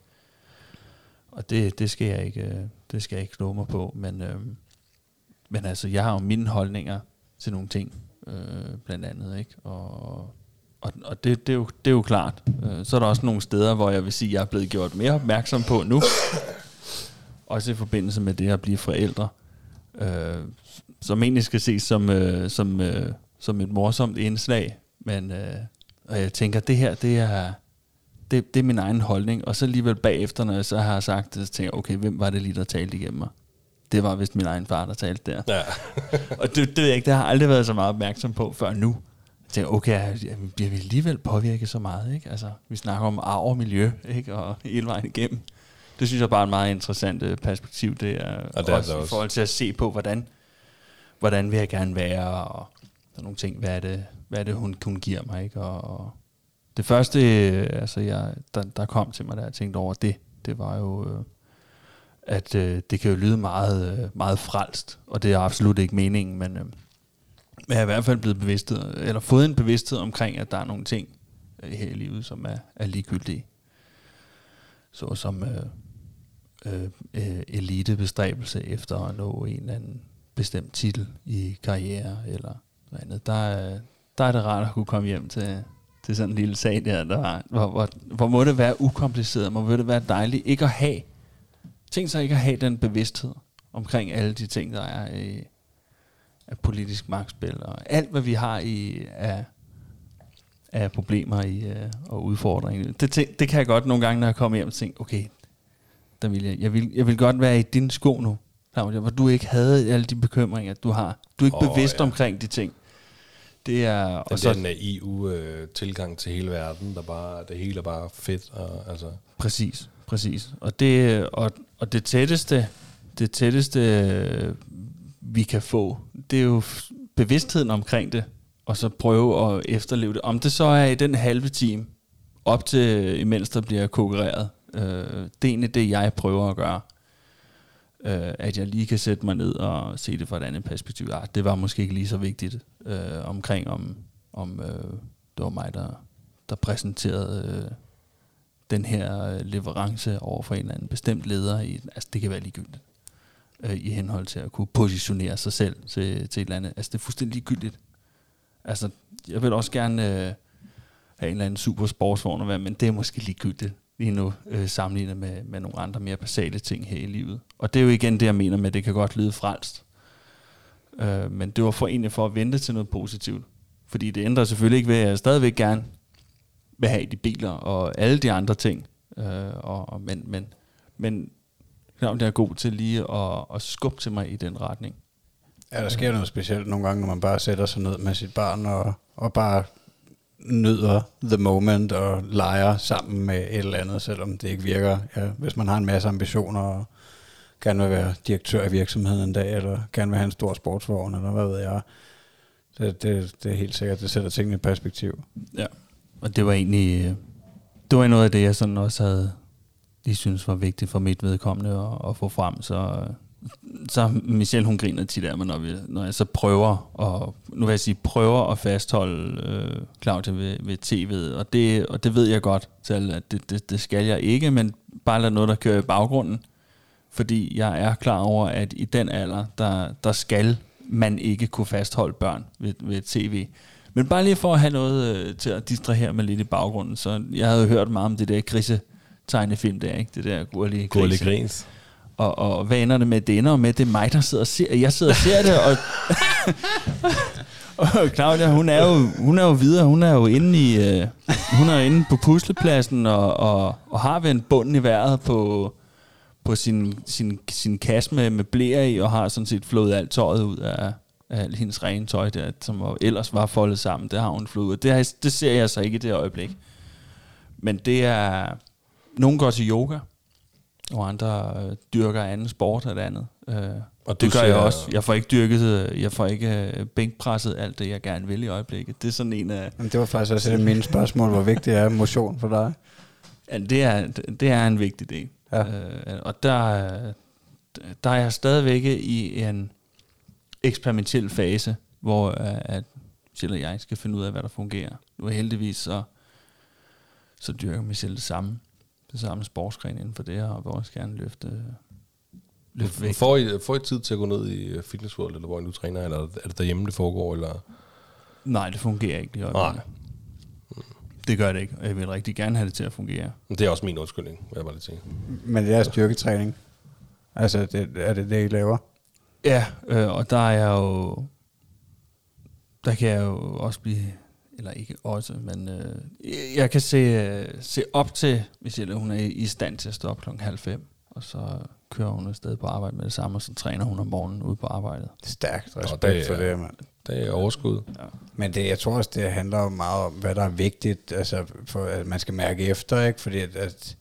det skal jeg ikke slå mig på, men altså, jeg har jo mine holdninger til nogle ting, blandt andet, ikke? Og det er jo klart. Så er der også nogle steder, hvor jeg vil sige, at jeg er blevet gjort mere opmærksom på nu. Også i forbindelse med det at blive forældre. Som egentlig skal ses som et morsomt indslag. Men og jeg tænker, det her, det er min egen holdning. Og så alligevel bagefter, når jeg så har sagt det, så tænker jeg, okay, hvem var det lige, der talte igennem mig? Det var vist min egen far, der talte der. Ja. Og det ved jeg ikke, det har jeg aldrig været så meget opmærksom på før nu. Jeg tænker, okay, bliver vi alligevel påvirket så meget, ikke? Altså, vi snakker om arv og miljø, ikke? Og hele vejen igennem. Det synes jeg bare er et meget interessant perspektiv. Det er, og det er også i forhold til at se på, hvordan vil jeg gerne være, og sådan nogle ting. Hvad er det hun giver mig, ikke? Og det første, der kom til mig, da jeg tænkte over det var jo, at det kan jo lyde meget, meget frelst, og det er absolut ikke meningen, men jeg er i hvert fald blevet bevidsthed, eller fået en bevidsthed omkring, at der er nogle ting her i livet, som er ligegyldige. Så som elitebestræbelse efter at nå en eller anden bestemt titel i karriere, eller noget andet. Der er det rart at kunne komme hjem til sådan en lille sag der hvor må det være ukompliceret, må det være dejligt ikke at have, tænk sig ikke at have den bevidsthed omkring alle de ting, der er af politisk magtspil, og alt hvad vi har af problemer og udfordringer. Det kan jeg godt nogle gange, når jeg kommer hjem og tænker, okay, der vil jeg vil godt være i dine sko nu, Claudia, hvor du ikke havde alle de bekymringer, du har. Du er ikke bevidst omkring de ting. Det er og så den naive tilgang til hele verden, der bare det hele er bare fedt, og altså præcis. Og det tætteste vi kan få, det er jo bevidstheden omkring det, og så prøve at efterleve det. Om det så er i den halve time op til imens der bliver konkurreret. Det er egentlig det jeg prøver at gøre. At jeg lige kan sætte mig ned og se det fra et andet perspektiv. Det var måske ikke lige så vigtigt omkring om det var mig der præsenterede den her leverance over for en eller anden bestemt leder. Altså det kan være ligegyldigt i henhold til at kunne positionere sig selv til et eller andet. Altså det er fuldstændig ligegyldigt. Altså jeg vil også gerne have en eller anden super sportsvogn, men det er måske ligegyldigt lige nu sammenlignet med nogle andre mere basale ting her i livet. Og det er jo igen det, jeg mener med, at det kan godt lyde frelst. Men det var egentlig for at vente til noget positivt. Fordi det ændrer selvfølgelig ikke ved, at jeg stadigvæk gerne vil have de biler og alle de andre ting. Men det er god til lige at skubbe til mig i den retning. Ja, der sker noget specielt nogle gange, når man bare sætter sig ned med sit barn og bare nyder the moment og leger sammen med et eller andet, selvom det ikke virker. Ja, hvis man har en masse ambitioner og gerne vil være direktør i virksomheden en dag, eller gerne vil have en stor sportsvogn, eller hvad ved jeg. Det er helt sikkert, det sætter tingene i perspektiv. Ja, og det var egentlig noget af det, jeg sådan også havde lige synes var vigtigt for mit vedkommende at få frem, så Michelle, hun griner tit af mig, når jeg så prøver at fastholde Claudia ved tv'et, og det ved jeg godt til, at det skal jeg ikke, men bare lade noget, der kører i baggrunden, fordi jeg er klar over, at i den alder, der skal man ikke kunne fastholde børn ved tv. Men bare lige for at have noget til at distrahere mig lidt i baggrunden, så jeg havde hørt meget om det der grisetegnefilm der, ikke? Det der Gurli Grins. Og hvad ender det med? Det ender med, det er mig, der sidder og ser. Jeg sidder og ser det, og Claudia, hun er jo videre. Hun er jo inde på puslepladsen og har vendt bunden i vejret på sin kasse med blæer i, og har sådan set flået alt tøjet ud af hendes rene tøj, der, som ellers var foldet sammen. Det har hun flået ud. Det ser jeg så ikke i det øjeblik. Men det er... Nogen går til yoga, og andre dyrker anden sport eller andet. Og det gør jeg også. Jeg får ikke bænkpresset alt det, jeg gerne vil i øjeblikket. Det er sådan en af... Men det var faktisk også et af mine spørgsmål, hvor vigtigt er motion for dig? Ja, det er en vigtig del. Ja. Og der er jeg stadigvæk i en eksperimentel fase, hvor at Michelle og jeg skal finde ud af, hvad der fungerer. Nu er heldigvis så dyrker Michelle det samme sportsgren inden for det her, og vil også gerne løfte vægt. Får I tid til at gå ned i Fitness World, eller hvor I nu træner, eller er det derhjemme, det foregår? Eller? Nej, det fungerer ikke. Det gør det ikke, og jeg vil rigtig gerne have det til at fungere. Det er også min undskyldning, vil jeg bare lige sige. Men det er styrketræning? Altså, er det, I laver? Ja, og der kan jeg jo også blive... Eller ikke også, men jeg kan se op til, hvis hun er i stand til at stå op 4:30, og så kører hun afsted på arbejde med det samme, og så træner hun om morgenen ude på arbejdet. Stærkt respekt for det, mand. Det er overskud. Ja. Men jeg tror også, det handler meget om, hvad der er vigtigt, altså for at man skal mærke efter, ikke? Fordi at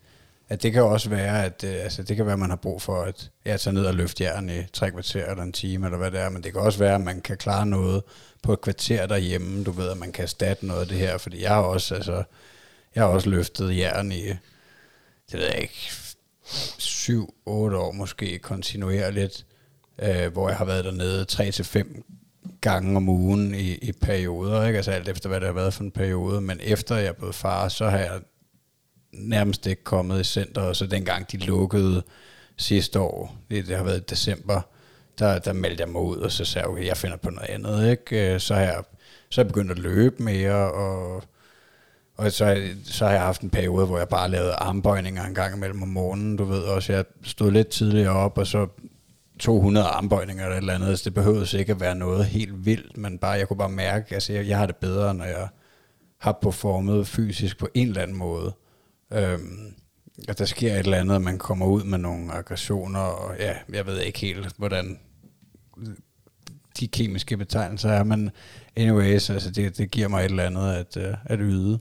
at det kan også være, at det kan være, at man har brug for at tage ned og løfte jern i 3 kvarter eller en time, eller hvad det er, men det kan også være, at man kan klare noget på et kvarter derhjemme, du ved, at man kan erstatte noget af det her, fordi jeg har også løftet jern i, det ved jeg ikke, 7-8 år måske kontinuerligt, hvor jeg har været dernede 3-5 gange om ugen i perioder, ikke? Altså alt efter, hvad det har været for en periode, men efter jeg er blevet far, så har jeg nærmest ikke kommet i center, og så dengang de lukkede sidste år, det har været i december, der meldte jeg mig ud, og så sagde jeg, okay, jeg finder på noget andet, ikke? Så har jeg begyndt at løbe mere, og så har jeg haft en periode, hvor jeg bare lavede armbøjninger en gang imellem om morgenen, du ved også, jeg stod lidt tidligere op, og så 200 armbøjninger eller et eller andet, så det behøvede ikke at være noget helt vildt, men jeg kunne bare mærke, altså jeg har det bedre, når jeg har performet fysisk på en eller anden måde. Og der sker et eller andet, at man kommer ud med nogle aggressioner, og ja, jeg ved ikke helt, hvordan de kemiske betegnelser er, men anyways, altså det giver mig et eller andet at yde.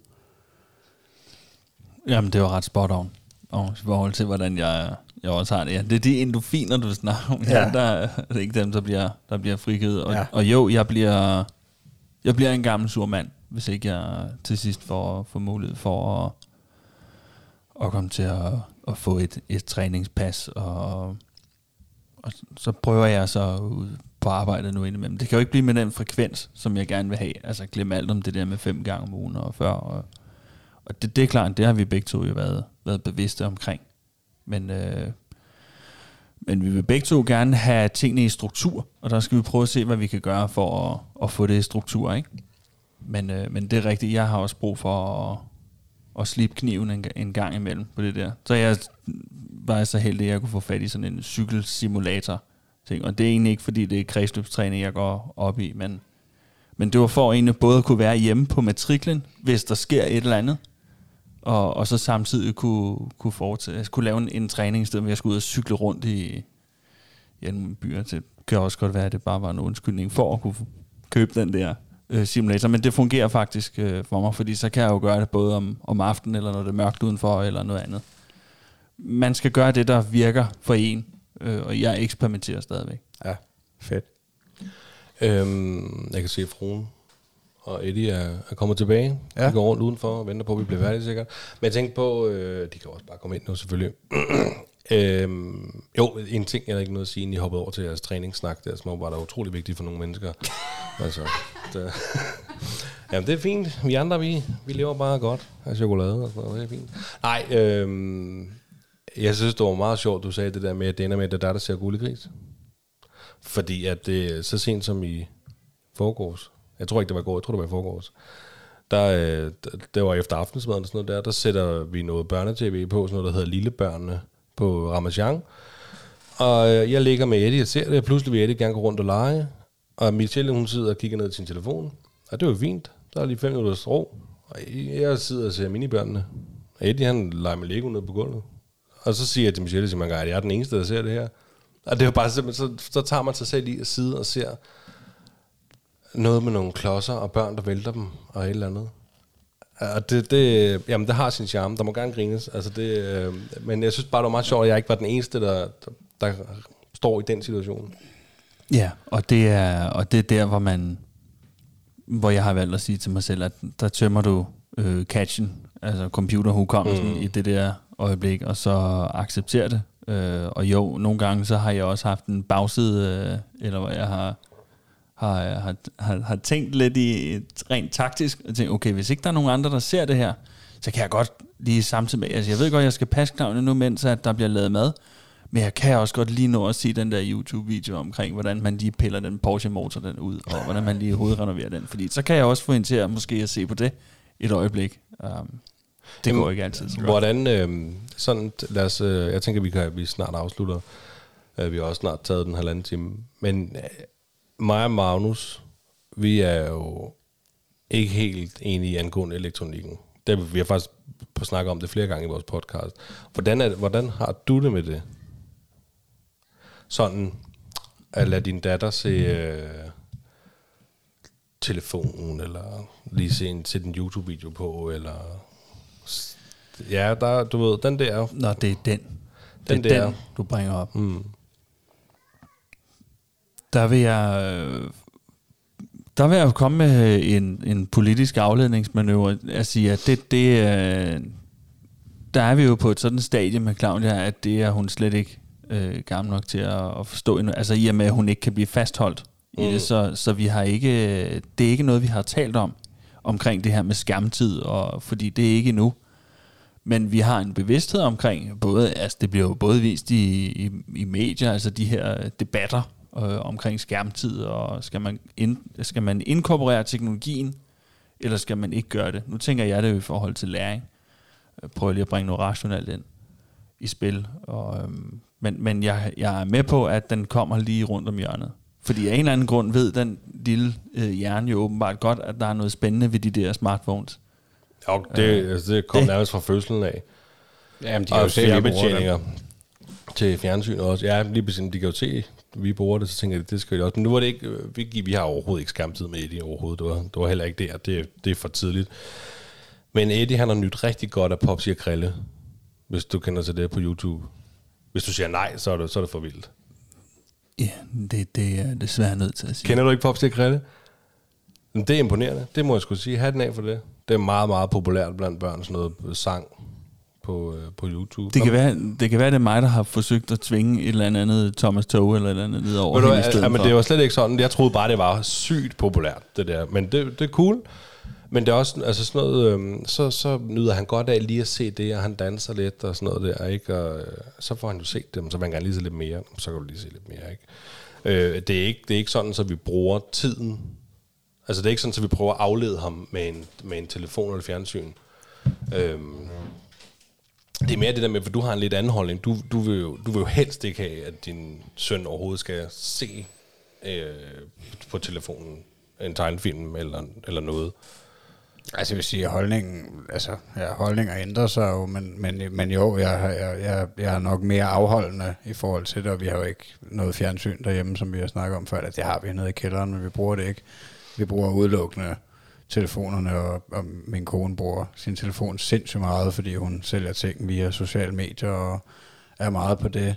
Jamen, det var ret spot on. Og i forhold til, hvordan jeg også har det. Ja, det er de endorfiner, du snakker om. Ja. Der er ikke dem, der bliver frigivet. Og jo, jeg bliver en gammel sur mand, hvis ikke jeg til sidst får mulighed for at komme til at få et træningspas. Og så prøver jeg så ud på arbejdet nu indimellem. Det kan jo ikke blive med den frekvens, som jeg gerne vil have. Altså glemme alt om det der med 5 gange om ugen og før. Og det er klart, det har vi begge to jo været bevidste omkring. Men vi vil begge to gerne have tingene i struktur, og der skal vi prøve at se, hvad vi kan gøre for at få det i struktur, ikke? Men det er rigtigt, jeg har også brug for at slippe kniven en gang imellem på det der. Så jeg var så heldig, at jeg kunne få fat i sådan en cykelsimulator ting, og det er egentlig ikke, fordi det er kredsløbstræning, jeg går op i, men det var for egentlig både at kunne være hjemme på matriklen, hvis der sker et eller andet, og så samtidig kunne fortsætte. Jeg skulle lave en træning i stedet, hvor jeg skulle ud og cykle rundt i nogle byer. Det kan også godt være, at det bare var en undskyldning for at kunne købe den der simulator. Men det fungerer faktisk for mig, fordi så kan jeg jo gøre det både om aftenen, eller når det er mørkt udenfor, eller noget andet. Man skal gøre det, der virker for en, og jeg eksperimenterer stadigvæk. Ja, fedt. Jeg kan se, at fruen og Eddie er kommet tilbage. Ja. De går rundt udenfor og venter på, at vi bliver færdige sikkert. Men jeg tænkte på, de kan også bare komme ind nu selvfølgelig. Jo, en ting, jeg har ikke noget at sige, inden I hoppede over til jeres træningssnak der, som var der utrolig vigtigt for nogle mennesker. Altså, jamen det er fint. Vi andre, vi lever bare godt af chokolade og sådan noget. Det er fint. Nej, jeg synes, det var meget sjovt, du sagde det der med, at det ender med, at der ser Gullegris. Fordi at det så sent som i forgårs, jeg tror ikke det var i går, jeg tror det var i forgårs, det var efter aftensmaden og sådan noget der sætter vi noget børnetv på, sådan noget der hedder Lillebørnene på Ramachan. Og jeg ligger med Eddie og ser det, og pludselig vil Eddie gerne gå rundt og lege, og Michelle hun sidder og kigger ned til sin telefon, og det var fint, der er lige 5 minutters ro, og jeg sidder og ser minibørnene, og Eddie han leger med Lego ned på gulvet, og så siger jeg til Michelle, at jeg er den eneste der ser det her. Og det er bare simpelthen, så tager man sig selv i at sidde og ser noget med nogle klodser og børn, der vælter dem, og et eller andet. Og jamen det har sin charme, der må gerne grines. Altså men jeg synes bare, det var meget sjovt, at jeg ikke var den eneste, der står i den situation. Ja, og det er der, hvor jeg har valgt at sige til mig selv, at der tømmer du catchen, altså computerhukommelsen i det der øjeblik, og så accepterer det. Og jo, nogle gange så har jeg også haft en bagside, eller hvor jeg har tænkt lidt i rent taktisk, og tænkt, okay, hvis ikke der er nogen andre, der ser det her, så kan jeg godt lige samtidig med, altså jeg ved godt, jeg skal passe knavene nu, mens at der bliver lavet mad, men jeg kan også godt lige nå at se den der YouTube-video omkring, hvordan man lige piller den Porsche-motor den ud, og hvordan man lige hovedrenoverer den, fordi så kan jeg også få hende til at måske at se på det et øjeblik. Det går ikke altid så godt. Hvordan, sådan, lad os, jeg tænker, vi snart afslutter. Vi har også snart taget den 1,5 time. Men mig og Magnus, vi er jo ikke helt enige angående elektronikken. Vi har faktisk på snakket om det flere gange i vores podcast. Hvordan har du det med det? Sådan at lade din datter se telefonen, eller lige se en YouTube-video på, eller Ja, der, du ved, den der... Nå, det er den. Den det er der. den, du bringer op. Der vil jeg komme med en politisk afledningsmanøvre at sige, at der er vi jo på et sådan stadie med Claudia, at det er hun slet ikke gammel nok til at forstå endnu. Altså i og med, at hun ikke kan blive fastholdt i det, så vi har ikke, det er ikke noget, vi har talt omkring det her med skærmtid, fordi det er ikke endnu. Men vi har en bevidsthed omkring, det bliver jo både vist i medier, altså de her debatter omkring skærmtid, og skal man inkorporere teknologien, eller skal man ikke gøre det? Nu tænker jeg det jo i forhold til læring. Prøver lige at bringe noget rationelt ind i spil. Men jeg er med på, at den kommer lige rundt om hjørnet. Fordi af en eller anden grund ved den lille hjerne jo åbenbart godt, at der er noget spændende ved de der smartphones. Ja, det kom nærmest fra fødslen af. Jamen, de kan jo og se, fjernbetjeninger til fjernsynet også. Ja, lige præcis, de kan jo se, vi bruger det, så tænker jeg, det skal de også. Men nu var det ikke, vi har overhovedet ikke skærmtid med Eddie overhovedet. Det var heller ikke der, det er for tidligt. Men Eddie, han har nyt rigtig godt af Popsi og Krille, hvis du kender til det på YouTube. Hvis du siger nej, så er det for vildt. Ja, det er desværre nødt til at sige. Kender du ikke Popsi og Krille? Det er imponerende, det må jeg skulle sige. Hatten af for det. Det er meget, meget populært blandt børn, sådan noget sang på YouTube. Det kan være, det er mig, der har forsøgt at tvinge et eller andet Thomas Tove eller et eller andet ned over hende i stedet for. Men det var slet ikke sådan. Jeg troede bare, det var sygt populært, det der. Men det er cool. Men det er også altså sådan noget, så nyder han godt af lige at se det, og han danser lidt og sådan noget der, ikke? Og så får han jo set dem, så vil han gerne lige se lidt mere, så kan du lige se lidt mere, ikke? Det er ikke sådan, så vi bruger tiden. Altså det er ikke sådan, så vi prøver at aflede ham med en telefon eller fjernsyn. Det er mere det der med, for du har en lidt anden holdning. Du vil jo helst ikke have, at din søn overhovedet skal se på telefonen en tegnefilm eller noget. Altså jeg vil sige, at holdninger ændrer sig jo, men jo, jeg er nok mere afholdende i forhold til det, og vi har jo ikke noget fjernsyn derhjemme, som vi har snakket om før, at det har vi nede i kælderen, men vi bruger det ikke. Vi bruger udelukkende telefonerne, og min kone bruger sin telefon sindssygt meget, fordi hun sælger ting via sociale medier og er meget på det.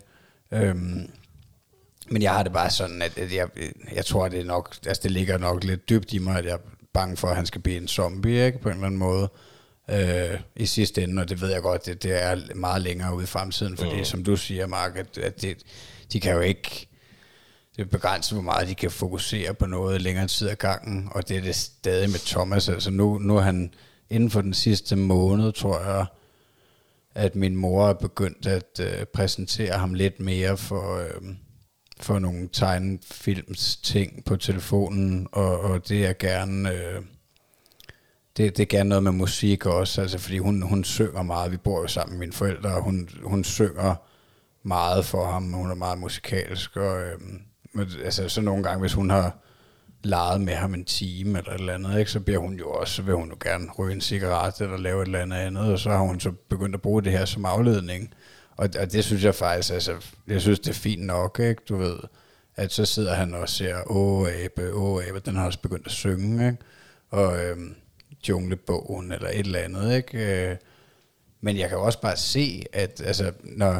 Men jeg har det bare sådan, at jeg tror, at det er nok, altså det ligger nok lidt dybt i mig, at jeg er bange for, at han skal blive en zombie, ikke, på en eller anden måde, i sidste ende, og det ved jeg godt, det er meget længere ude i fremtiden, fordi som du siger, Mark, at de kan jo ikke, det er begrænset, hvor meget de kan fokusere på noget længere tid ad gangen, og det er det stadig med Thomas. Altså nu er han inden for den sidste måned, tror jeg, at min mor er begyndt at præsentere ham lidt mere for nogle tegnefilms ting på telefonen, og det er gerne det er gerne noget med musik også, altså fordi hun synger meget. Vi bor jo sammen med mine forældre, og hun synger meget for ham, hun er meget musikalsk, og altså så nogle gange, hvis hun har leget med ham en time eller et eller andet, ikke, så bliver hun jo også, så vil hun jo gerne ryge en cigaret eller lave et eller andet, og så har hun så begyndt at bruge det her som afledning. Og det synes jeg faktisk, altså, jeg synes det er fint nok, ikke, du ved, at så sidder han og ser, abe, den har også begyndt at synge, ikke, og Junglebogen eller et eller andet, ikke, men jeg kan også bare se, at altså,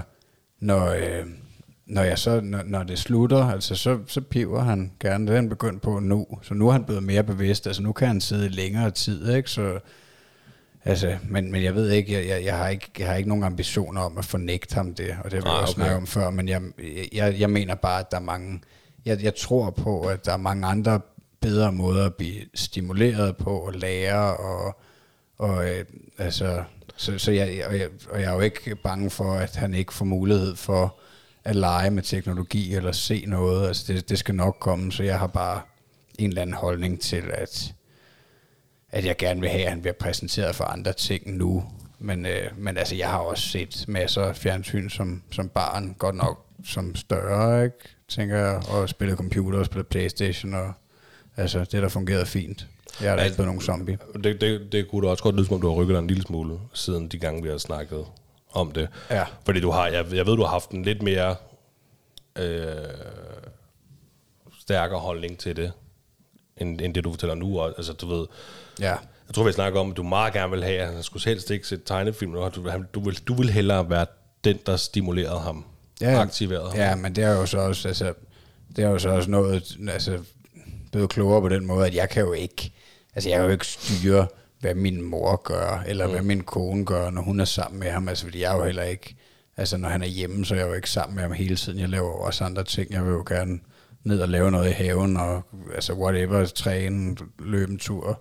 når det slutter, altså så piver han gerne, det er han begyndt på nu, så nu er han blevet mere bevidst, altså nu kan han sidde i længere tid, ikke, så altså, men jeg ved ikke, jeg har ikke nogen ambitioner om at fornægte ham det, og det har vi også snakket om før, men jeg mener bare, at der er mange, jeg tror på, at der er mange andre bedre måder at blive stimuleret på og lære, og altså, så jeg er jo ikke bange for, at han ikke får mulighed for at lege med teknologi eller se noget, altså det skal nok komme, så jeg har bare en eller anden holdning til, at jeg gerne vil have, at han bliver præsenteret for andre ting nu. Men altså, jeg har også set masser af fjernsyn som barn, godt nok som større, ikke, tænker jeg, og spillet computer og spillet PlayStation, og altså, det der fungerede fint. Jeg er da ikke blevet nogen zombie. Det kunne da også godt lyde, som om du har rykket dig en lille smule, siden de gange, vi har snakket om det. Ja. Fordi du har, jeg ved, du har haft en lidt mere stærkere holdning til det, end det, du fortæller nu. Og, altså, du ved, Ja. jeg tror, vi snakker om, at du meget gerne vil have, at han skulle helst ikke se tegnefilm, og du vil hellere være den, der stimulerede ham, aktiverede ham. Ja, men det er jo så også, altså, det er jo så også noget, altså, blevet klogere på den måde, at jeg kan jo ikke styre, hvad min mor gør, eller hvad min kone gør, når hun er sammen med ham, altså, fordi jeg er jo heller ikke, altså, når han er hjemme, så er jeg jo ikke sammen med ham hele tiden, jeg laver også andre ting, jeg vil jo gerne ned og lave noget i haven, og altså, whatever, træne, løbe en tur,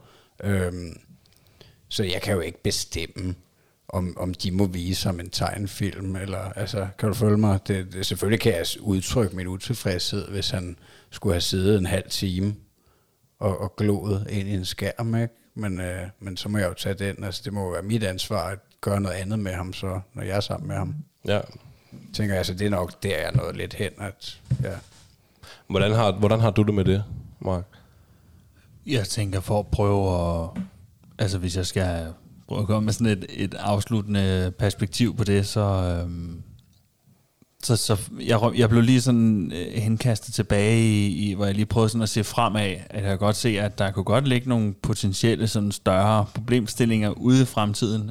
så jeg kan jo ikke bestemme, om de må vise som en tegnefilm, eller, altså, kan du følge mig? Det, selvfølgelig kan jeg udtrykke min utilfredshed, hvis han skulle have siddet en halv time og gloet ind i en skærm, ikke? Men så må jeg jo tage den, altså det må jo være mit ansvar at gøre noget andet med ham, så, når jeg er sammen med ham. Ja. Tænker jeg, altså det er nok der, jeg er noget lidt hen, at, ja. Hvordan har du det med det, Mark? Jeg tænker for at prøve at, altså hvis jeg skal prøve at komme med sådan et afsluttende perspektiv på det, så jeg blev lige sådan henkastet tilbage i, hvor jeg lige prøvede sådan at se fremad, at jeg kan godt se, at der kunne godt ligge nogle potentielle sådan større problemstillinger ude i fremtiden,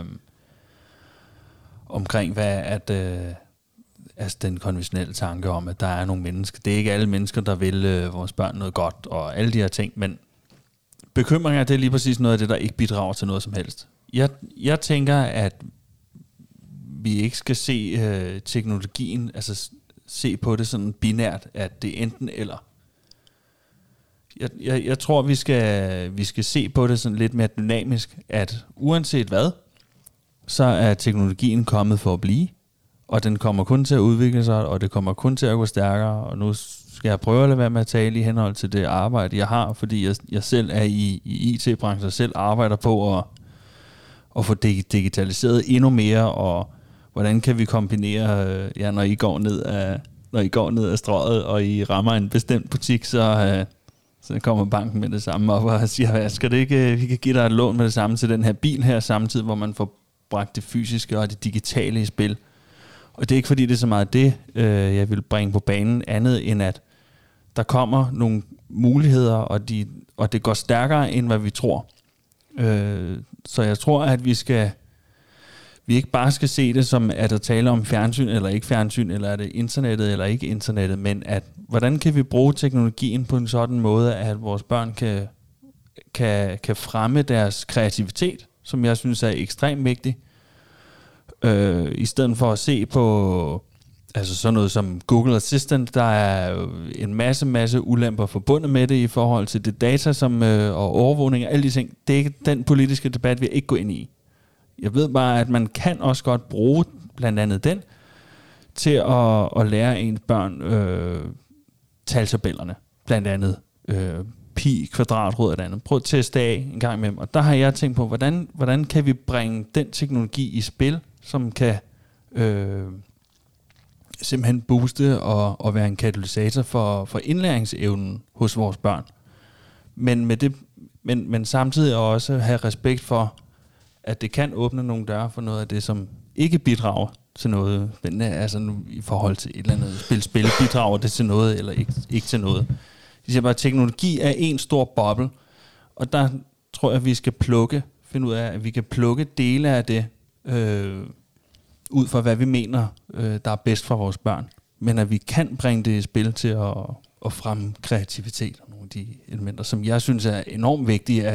omkring hvad altså den konventionelle tanke om, at der er nogle mennesker. Det er ikke alle mennesker, der vil vores børn noget godt, og alle de her ting, men bekymringer, det er lige præcis noget af det, der ikke bidrager til noget som helst. Jeg tænker, at vi ikke skal se teknologien, altså se på det sådan binært, at det er enten eller. Jeg tror, vi skal se på det sådan lidt mere dynamisk, at uanset hvad, så er teknologien kommet for at blive, og den kommer kun til at udvikle sig, og det kommer kun til at gå stærkere, og nu skal jeg prøve at lade være med at tale i henhold til det arbejde, jeg har, fordi jeg selv er i IT-branchen, og selv arbejder på at få digitaliseret endnu mere, og hvordan kan vi kombinere, når I går ned ad strøget, og I rammer en bestemt butik, så kommer banken med det samme op og siger, skal det ikke, vi kan give dig et lån med det samme til den her bil her, samtidig hvor man får bragt det fysiske og det digitale i spil. Og det er ikke fordi, det er så meget det, jeg vil bringe på banen, andet end at der kommer nogle muligheder, og det går stærkere, end hvad vi tror. Så jeg tror, at vi ikke bare skal se det som, at der taler om fjernsyn eller ikke fjernsyn, eller er det internettet eller ikke internettet, men at hvordan kan vi bruge teknologien på en sådan måde, at vores børn kan fremme deres kreativitet, som jeg synes er ekstremt vigtigt, i stedet for at se på altså sådan noget som Google Assistant. Der er en masse ulemper forbundet med det i forhold til det data og overvågning og alle de ting. Det er ikke den politiske debat, vi ikke går ind i. Jeg ved bare, at man kan også godt bruge blandt andet den til at lære ens børn taltabellerne. Blandt andet pi, kvadratrod og andet. Prøv at teste af en gang med dem. Og der har jeg tænkt på, hvordan kan vi bringe den teknologi i spil, som kan simpelthen booste og være en katalysator for indlæringsevnen hos vores børn. Men samtidig også have respekt for, at det kan åbne nogle døre for noget af det, som ikke bidrager til noget. Men altså nu, i forhold til et eller andet spil bidrager det til noget, eller ikke til noget. De siger bare, at teknologi er en stor boble, og der tror jeg, at vi skal finde ud af, at vi kan plukke dele af det, ud fra hvad vi mener, der er bedst for vores børn. Men at vi kan bringe det i spil til at fremme kreativitet og nogle af de elementer, som jeg synes er enormt vigtige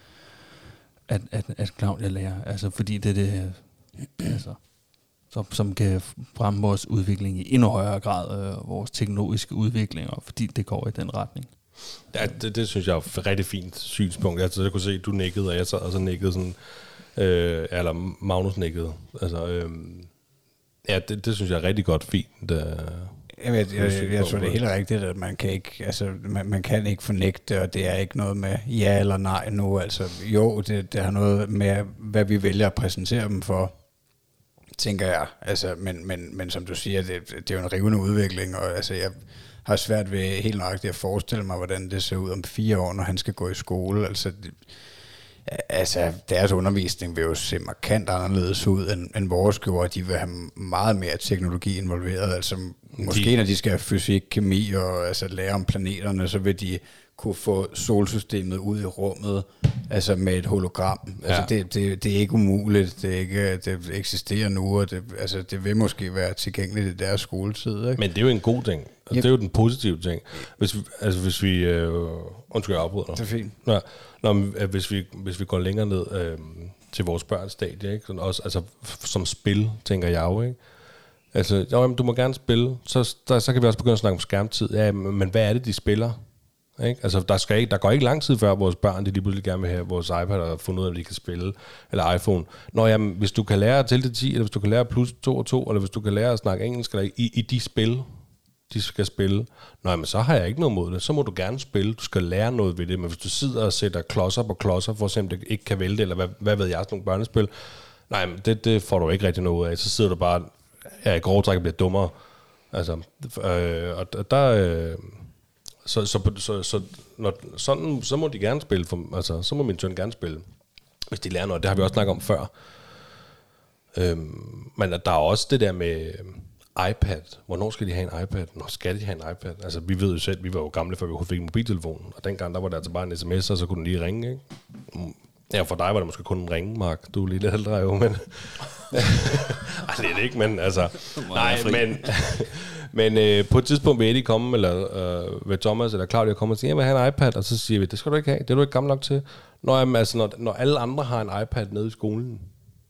at Claudia lærer. Altså fordi det er det, altså, som kan fremme vores udvikling i endnu højere grad, vores teknologiske udvikling, og fordi det går i den retning. Ja, det synes jeg er et rigtig fint synspunkt. Altså, jeg kunne se, at du nikkede, og jeg sad og så nikkede sådan, eller Magnus nikkede. Altså, ja, det synes jeg er rigtig godt fint. Jeg tror, det er helt rigtigt, at man kan ikke, altså, man kan ikke fornægte, og det er ikke noget med ja eller nej nu. Altså, jo, det har noget med, hvad vi vælger at præsentere dem for, tænker jeg. Altså, men som du siger, det er jo en rivende udvikling, og altså, jeg har svært ved helt nøjagtigt at forestille mig, hvordan det ser ud om 4 år, når han skal gå i skole. Altså, deres undervisning vil jo se markant anderledes ud, end vores gjorde. De vil have meget mere teknologi involveret. Altså, måske når de skal have fysik, kemi og altså, lære om planeterne, så vil de kunne få solsystemet ud i rummet, altså med et hologram. Ja. Altså det er ikke umuligt, det eksisterer nu, og det vil måske være tilgængeligt i deres skoletid. Ikke? Men det er jo en god ting. Altså, det er jo den positive ting. Hvis vi undskyld, jeg afbryder dig. Det er fint. Hvis vi går længere ned til vores børns stadie, ikke? Sådan også, altså, som spil, tænker jeg jo, ikke? Altså, jamen, du må gerne spille, så kan vi også begynde at snakke om skærmtid. Ja, men hvad er det, de spiller? Ikke? Altså, der går ikke lang tid før vores børn, de lige pludselig gerne vil have vores iPad og fundet ud af, at de kan spille, eller iPhone. Nå, jamen, hvis du kan lære at tælle til 10, eller hvis du kan lære plus 2 og 2, eller hvis du kan lære at snakke engelsk, eller i de spil, de skal spille, nå, jamen, så har jeg ikke noget mod det. Så må du gerne spille, du skal lære noget ved det. Men hvis du sidder og sætter klodser på klodser, for eksempel det ikke kan vælte, eller hvad ved jeg, sådan nogle børnespil, nej, men det får du ikke rigtig noget ud af. Så sidder du bare, i grove træk bliver dummere. Altså, og der... Så må de gerne spille, altså, så må min søn gerne spille, hvis de lærer noget. Det har vi også snakket om før. Men der er også det der med iPad. Hvornår skal de have en iPad? Når skal de have en iPad? Altså, vi ved jo selv, vi var jo gamle, før vi fik en mobiltelefon. Og dengang, der var der altså bare en sms, og så kunne den lige ringe, ikke? Ja, for dig var det måske kun en ringe, Mark. Du er lige lidt ældre jo, men... Ej, det er det ikke, men altså... Nej, men på et tidspunkt vil Eddie komme, eller ved Thomas eller Claudia komme og sige, jeg vil have en iPad, og så siger vi, det skal du ikke have, det er du ikke gammel nok til. Når alle andre har en iPad nede i skolen,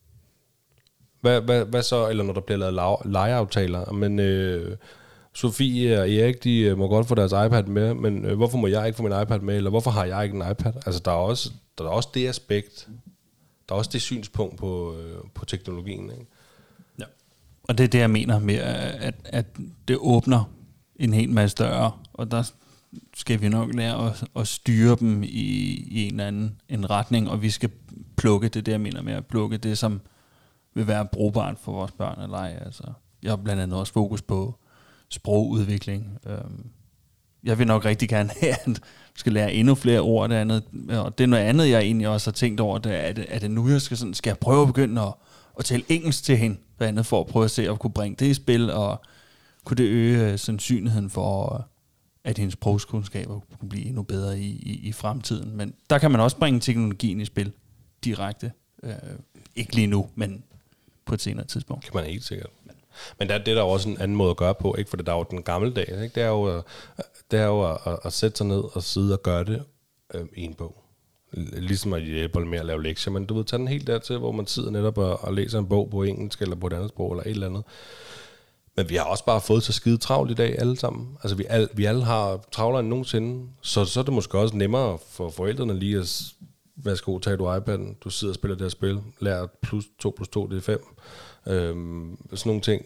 hvad så, eller når der bliver lavet legeaftaler, men Sofie og Erik, de må godt få deres iPad med, men hvorfor må jeg ikke få min iPad med, eller hvorfor har jeg ikke en iPad? Altså, der er også det aspekt, der er også det synspunkt på teknologien, ikke? Ja. Og det er det, jeg mener med, at det åbner en hel masse døre, og der skal vi nok lære at styre dem i en eller anden en retning, og vi skal plukke det, jeg mener med at plukke det, som vil være brugbart for vores børn at lege. Altså, jeg har blandt andet også fokus på sprogudvikling. Jeg vil nok rigtig gerne have, at vi skal lære endnu flere ord det andet. Og det er noget andet, jeg egentlig også har tænkt over. Er det nu, skal jeg prøve at begynde at tale engelsk til hende, blandt andet for at prøve at se, om kunne bringe det i spil, og kunne det øge sandsynligheden for, at hendes sprogskundskaber kunne blive endnu bedre i fremtiden. Men der kan man også bringe teknologien i spil direkte. Ikke lige nu, men på et senere tidspunkt. Kan man helt sikkert. Men det er der også en anden måde at gøre på, ikke? For det er jo den gamle dag, ikke? Det er jo at sætte sig ned og sidde og gøre det i en bog. Ligesom at hjælpe med at lave lektier, men du ved, tage den helt dertil, hvor man sidder netop og læser en bog på engelsk, eller på et andet sprog, eller et eller andet. Men vi har også bare fået så skide travlt i dag, alle sammen. Altså, vi alle har travlere end nogensinde, så er det måske også nemmere for forældrene lige at, værsgo, tag du iPad'en, du sidder og spiller det her spil, lær plus 2 plus 2, det er 5. Sådan nogle ting.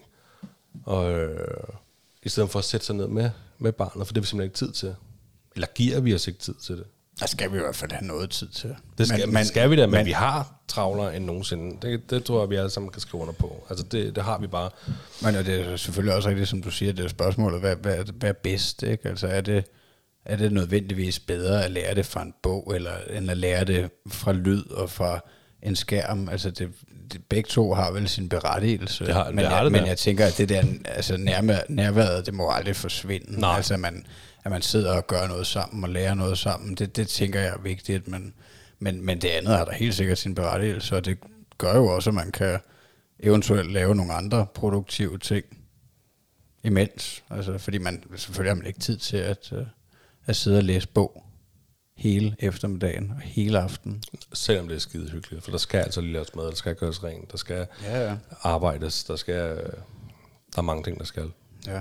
Og i stedet for at sætte sig ned med barnet, for det har vi simpelthen ikke tid til. Eller giver vi os ikke tid til det? Der skal vi i hvert fald have noget tid til. Det skal vi da, men vi har travlere end nogensinde. Det tror jeg, vi alle sammen kan skrive under på. Altså det har vi bare. Men det er selvfølgelig også rigtigt, som du siger, det er spørgsmålet, hvad er bedst, ikke? Altså er det nødvendigvis bedre at lære det fra en bog, eller end at lære det fra lyd og fra en skærm? Altså begge to har vel sin berettigelse. Men jeg tænker, at det der, altså nærværet, det må aldrig forsvinde. Nej. Altså at man sidder og gør noget sammen og lærer noget sammen, det tænker jeg er vigtigt, men det andet har der helt sikkert sin berettigelse, og det gør jo også, at man kan eventuelt lave nogle andre produktive ting imens. Altså fordi selvfølgelig har man ikke tid til at sidde og læse bog hele eftermiddagen og hele aftenen. Selvom det er skide hyggeligt, for der skal altså lige laves mad, der skal gøres rent, der skal arbejdes, der er mange ting, der skal. Ja.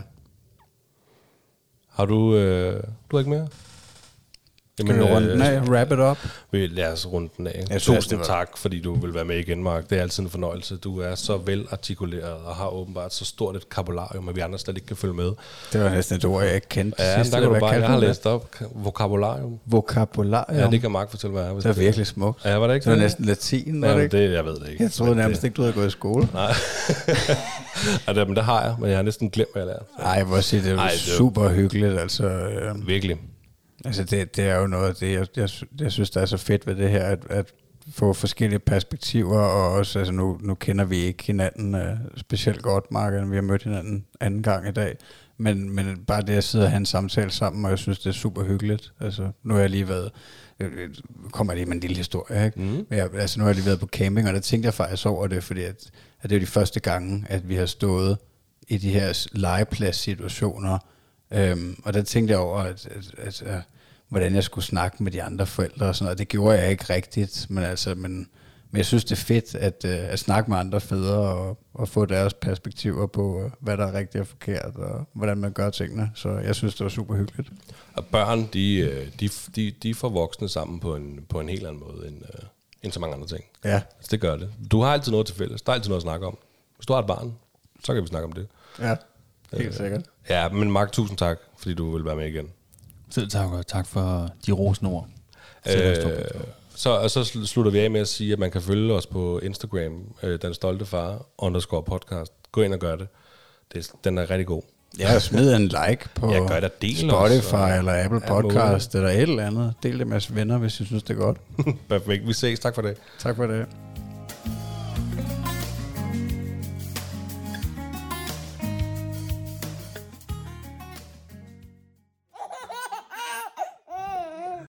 Har du ikke mere? Skal vi runde den af? Wrap it up? Lad os runde den af. Tusind tak, fordi du vil være med igen, Mark. Det er altid en fornøjelse. Du er så velartikuleret og har åbenbart så stort et kabularium, at vi andre slet ikke kan følge med. Det var næsten et ord, jeg ikke kendte. Ja, der kan du bare, jeg har læst op. Vokabularium. Vokabularium? Ja, det kan Mark fortælle, hvad er. Det er virkelig smukt. Ja, var det ikke? Det var næsten latin, var det ikke? Jeg ved det ikke. Jeg troede nærmest ikke, du havde gået i skole. Nej. Ja, men det har jeg, men jeg har næsten glemt, hvad jeg lærte. Nej, jeg må sige, det er super hyggeligt. Altså, virkelig. Altså det er jo noget af det, jeg synes, der er så fedt ved det her, at få forskellige perspektiver, og også, altså nu kender vi ikke hinanden specielt godt, Mark, vi har mødt hinanden anden gang i dag, Men bare det at sidde og have en samtale sammen, og jeg synes, det er super hyggeligt. Altså, nu har jeg lige været, kommer lige med en lille historie, ikke? Men nu har jeg lige været på camping, og der tænkte jeg faktisk over det, fordi at det er de første gange, at vi har stået i de her legepladssituationer, og der tænkte jeg over, at hvordan jeg skulle snakke med de andre forældre og sådan noget. Det gjorde jeg ikke rigtigt, men jeg synes, det er fedt at snakke med andre fædre og få deres perspektiver på, hvad der er rigtigt og forkert, og hvordan man gør tingene. Så jeg synes, det var super hyggeligt. Og børn, de får voksne sammen på en helt anden måde end så mange andre ting. Ja. Altså, det gør det. Du har altid noget til fælles. Der er altid noget at snakke om. Hvis du har et barn, så kan vi snakke om det. Ja, helt sikkert. Ja, men Mark, tusind tak, fordi du vil være med igen. Selv tak, og tak for de rosende ord. Så slutter vi af med at sige, at man kan følge os på Instagram, Den Stolte Far _podcast. Gå ind og gør det. Den er rigtig god. Ja, smid en like på Spotify eller Apple Podcast eller et eller andet. Del det med venner, hvis I synes, det er godt. Perfekt. Vi ses. Tak for det. Tak for det.